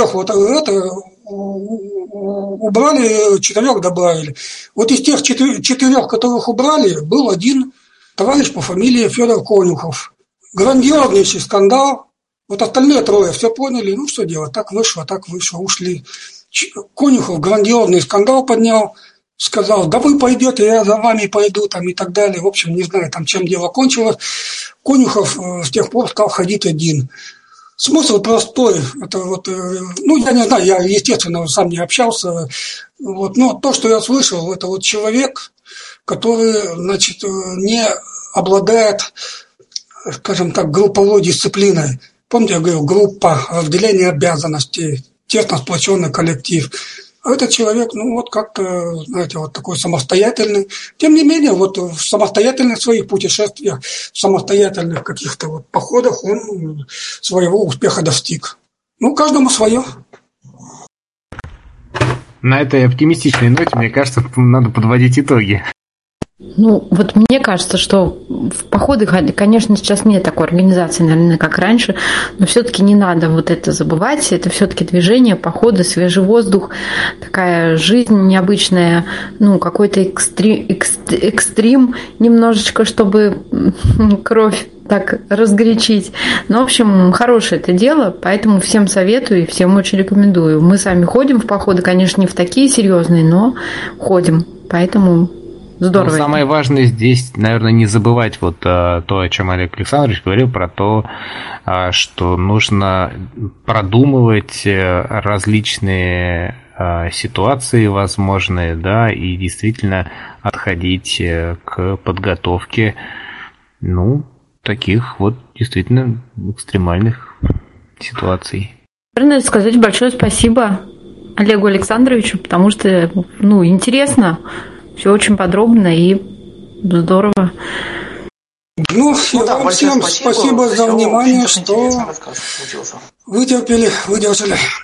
убрали, 4 добавили. Из тех 4, которых убрали, был один товарищ по фамилии Федор Конюхов. Грандиознейший скандал. Остальные 3 все поняли, что делать, так вышло, ушли. Конюхов грандиозный скандал поднял, сказал, да вы пойдете, я за вами пойду, и так далее. В общем, не знаю, чем дело кончилось. Конюхов с тех пор стал ходить один. Смысл простой. Это я не знаю, я, естественно, сам не общался. Но то, что я слышал, это человек, который, не обладает, скажем так, групповой дисциплиной. Помните, я говорил, группа, разделение обязанностей, тесно сплоченный коллектив. А этот человек, как-то, такой самостоятельный. Тем не менее, в самостоятельных своих путешествиях, в самостоятельных каких-то походах он своего успеха достиг. Каждому свое. На этой оптимистичной ноте, мне кажется, надо подводить итоги. Мне кажется, что в походы, конечно, сейчас нет такой организации, наверное, как раньше, но все-таки не надо это забывать. Это все-таки движение, походы, свежий воздух, такая жизнь необычная, какой-то экстрим немножечко, чтобы кровь так разгорячить. В общем, хорошее это дело, поэтому всем советую и всем очень рекомендую. Мы сами ходим в походы, конечно, не в такие серьезные, но ходим, поэтому... Здорово. Самое важное здесь, наверное, не забывать то, о чем Олег Александрович говорил, про то, что нужно продумывать различные ситуации возможные, да, и действительно отходить к подготовке, таких действительно экстремальных ситуаций. Наверное, сказать большое спасибо Олегу Александровичу, потому что, интересно. Все очень подробно и здорово. Всем спасибо за внимание, что выдержали.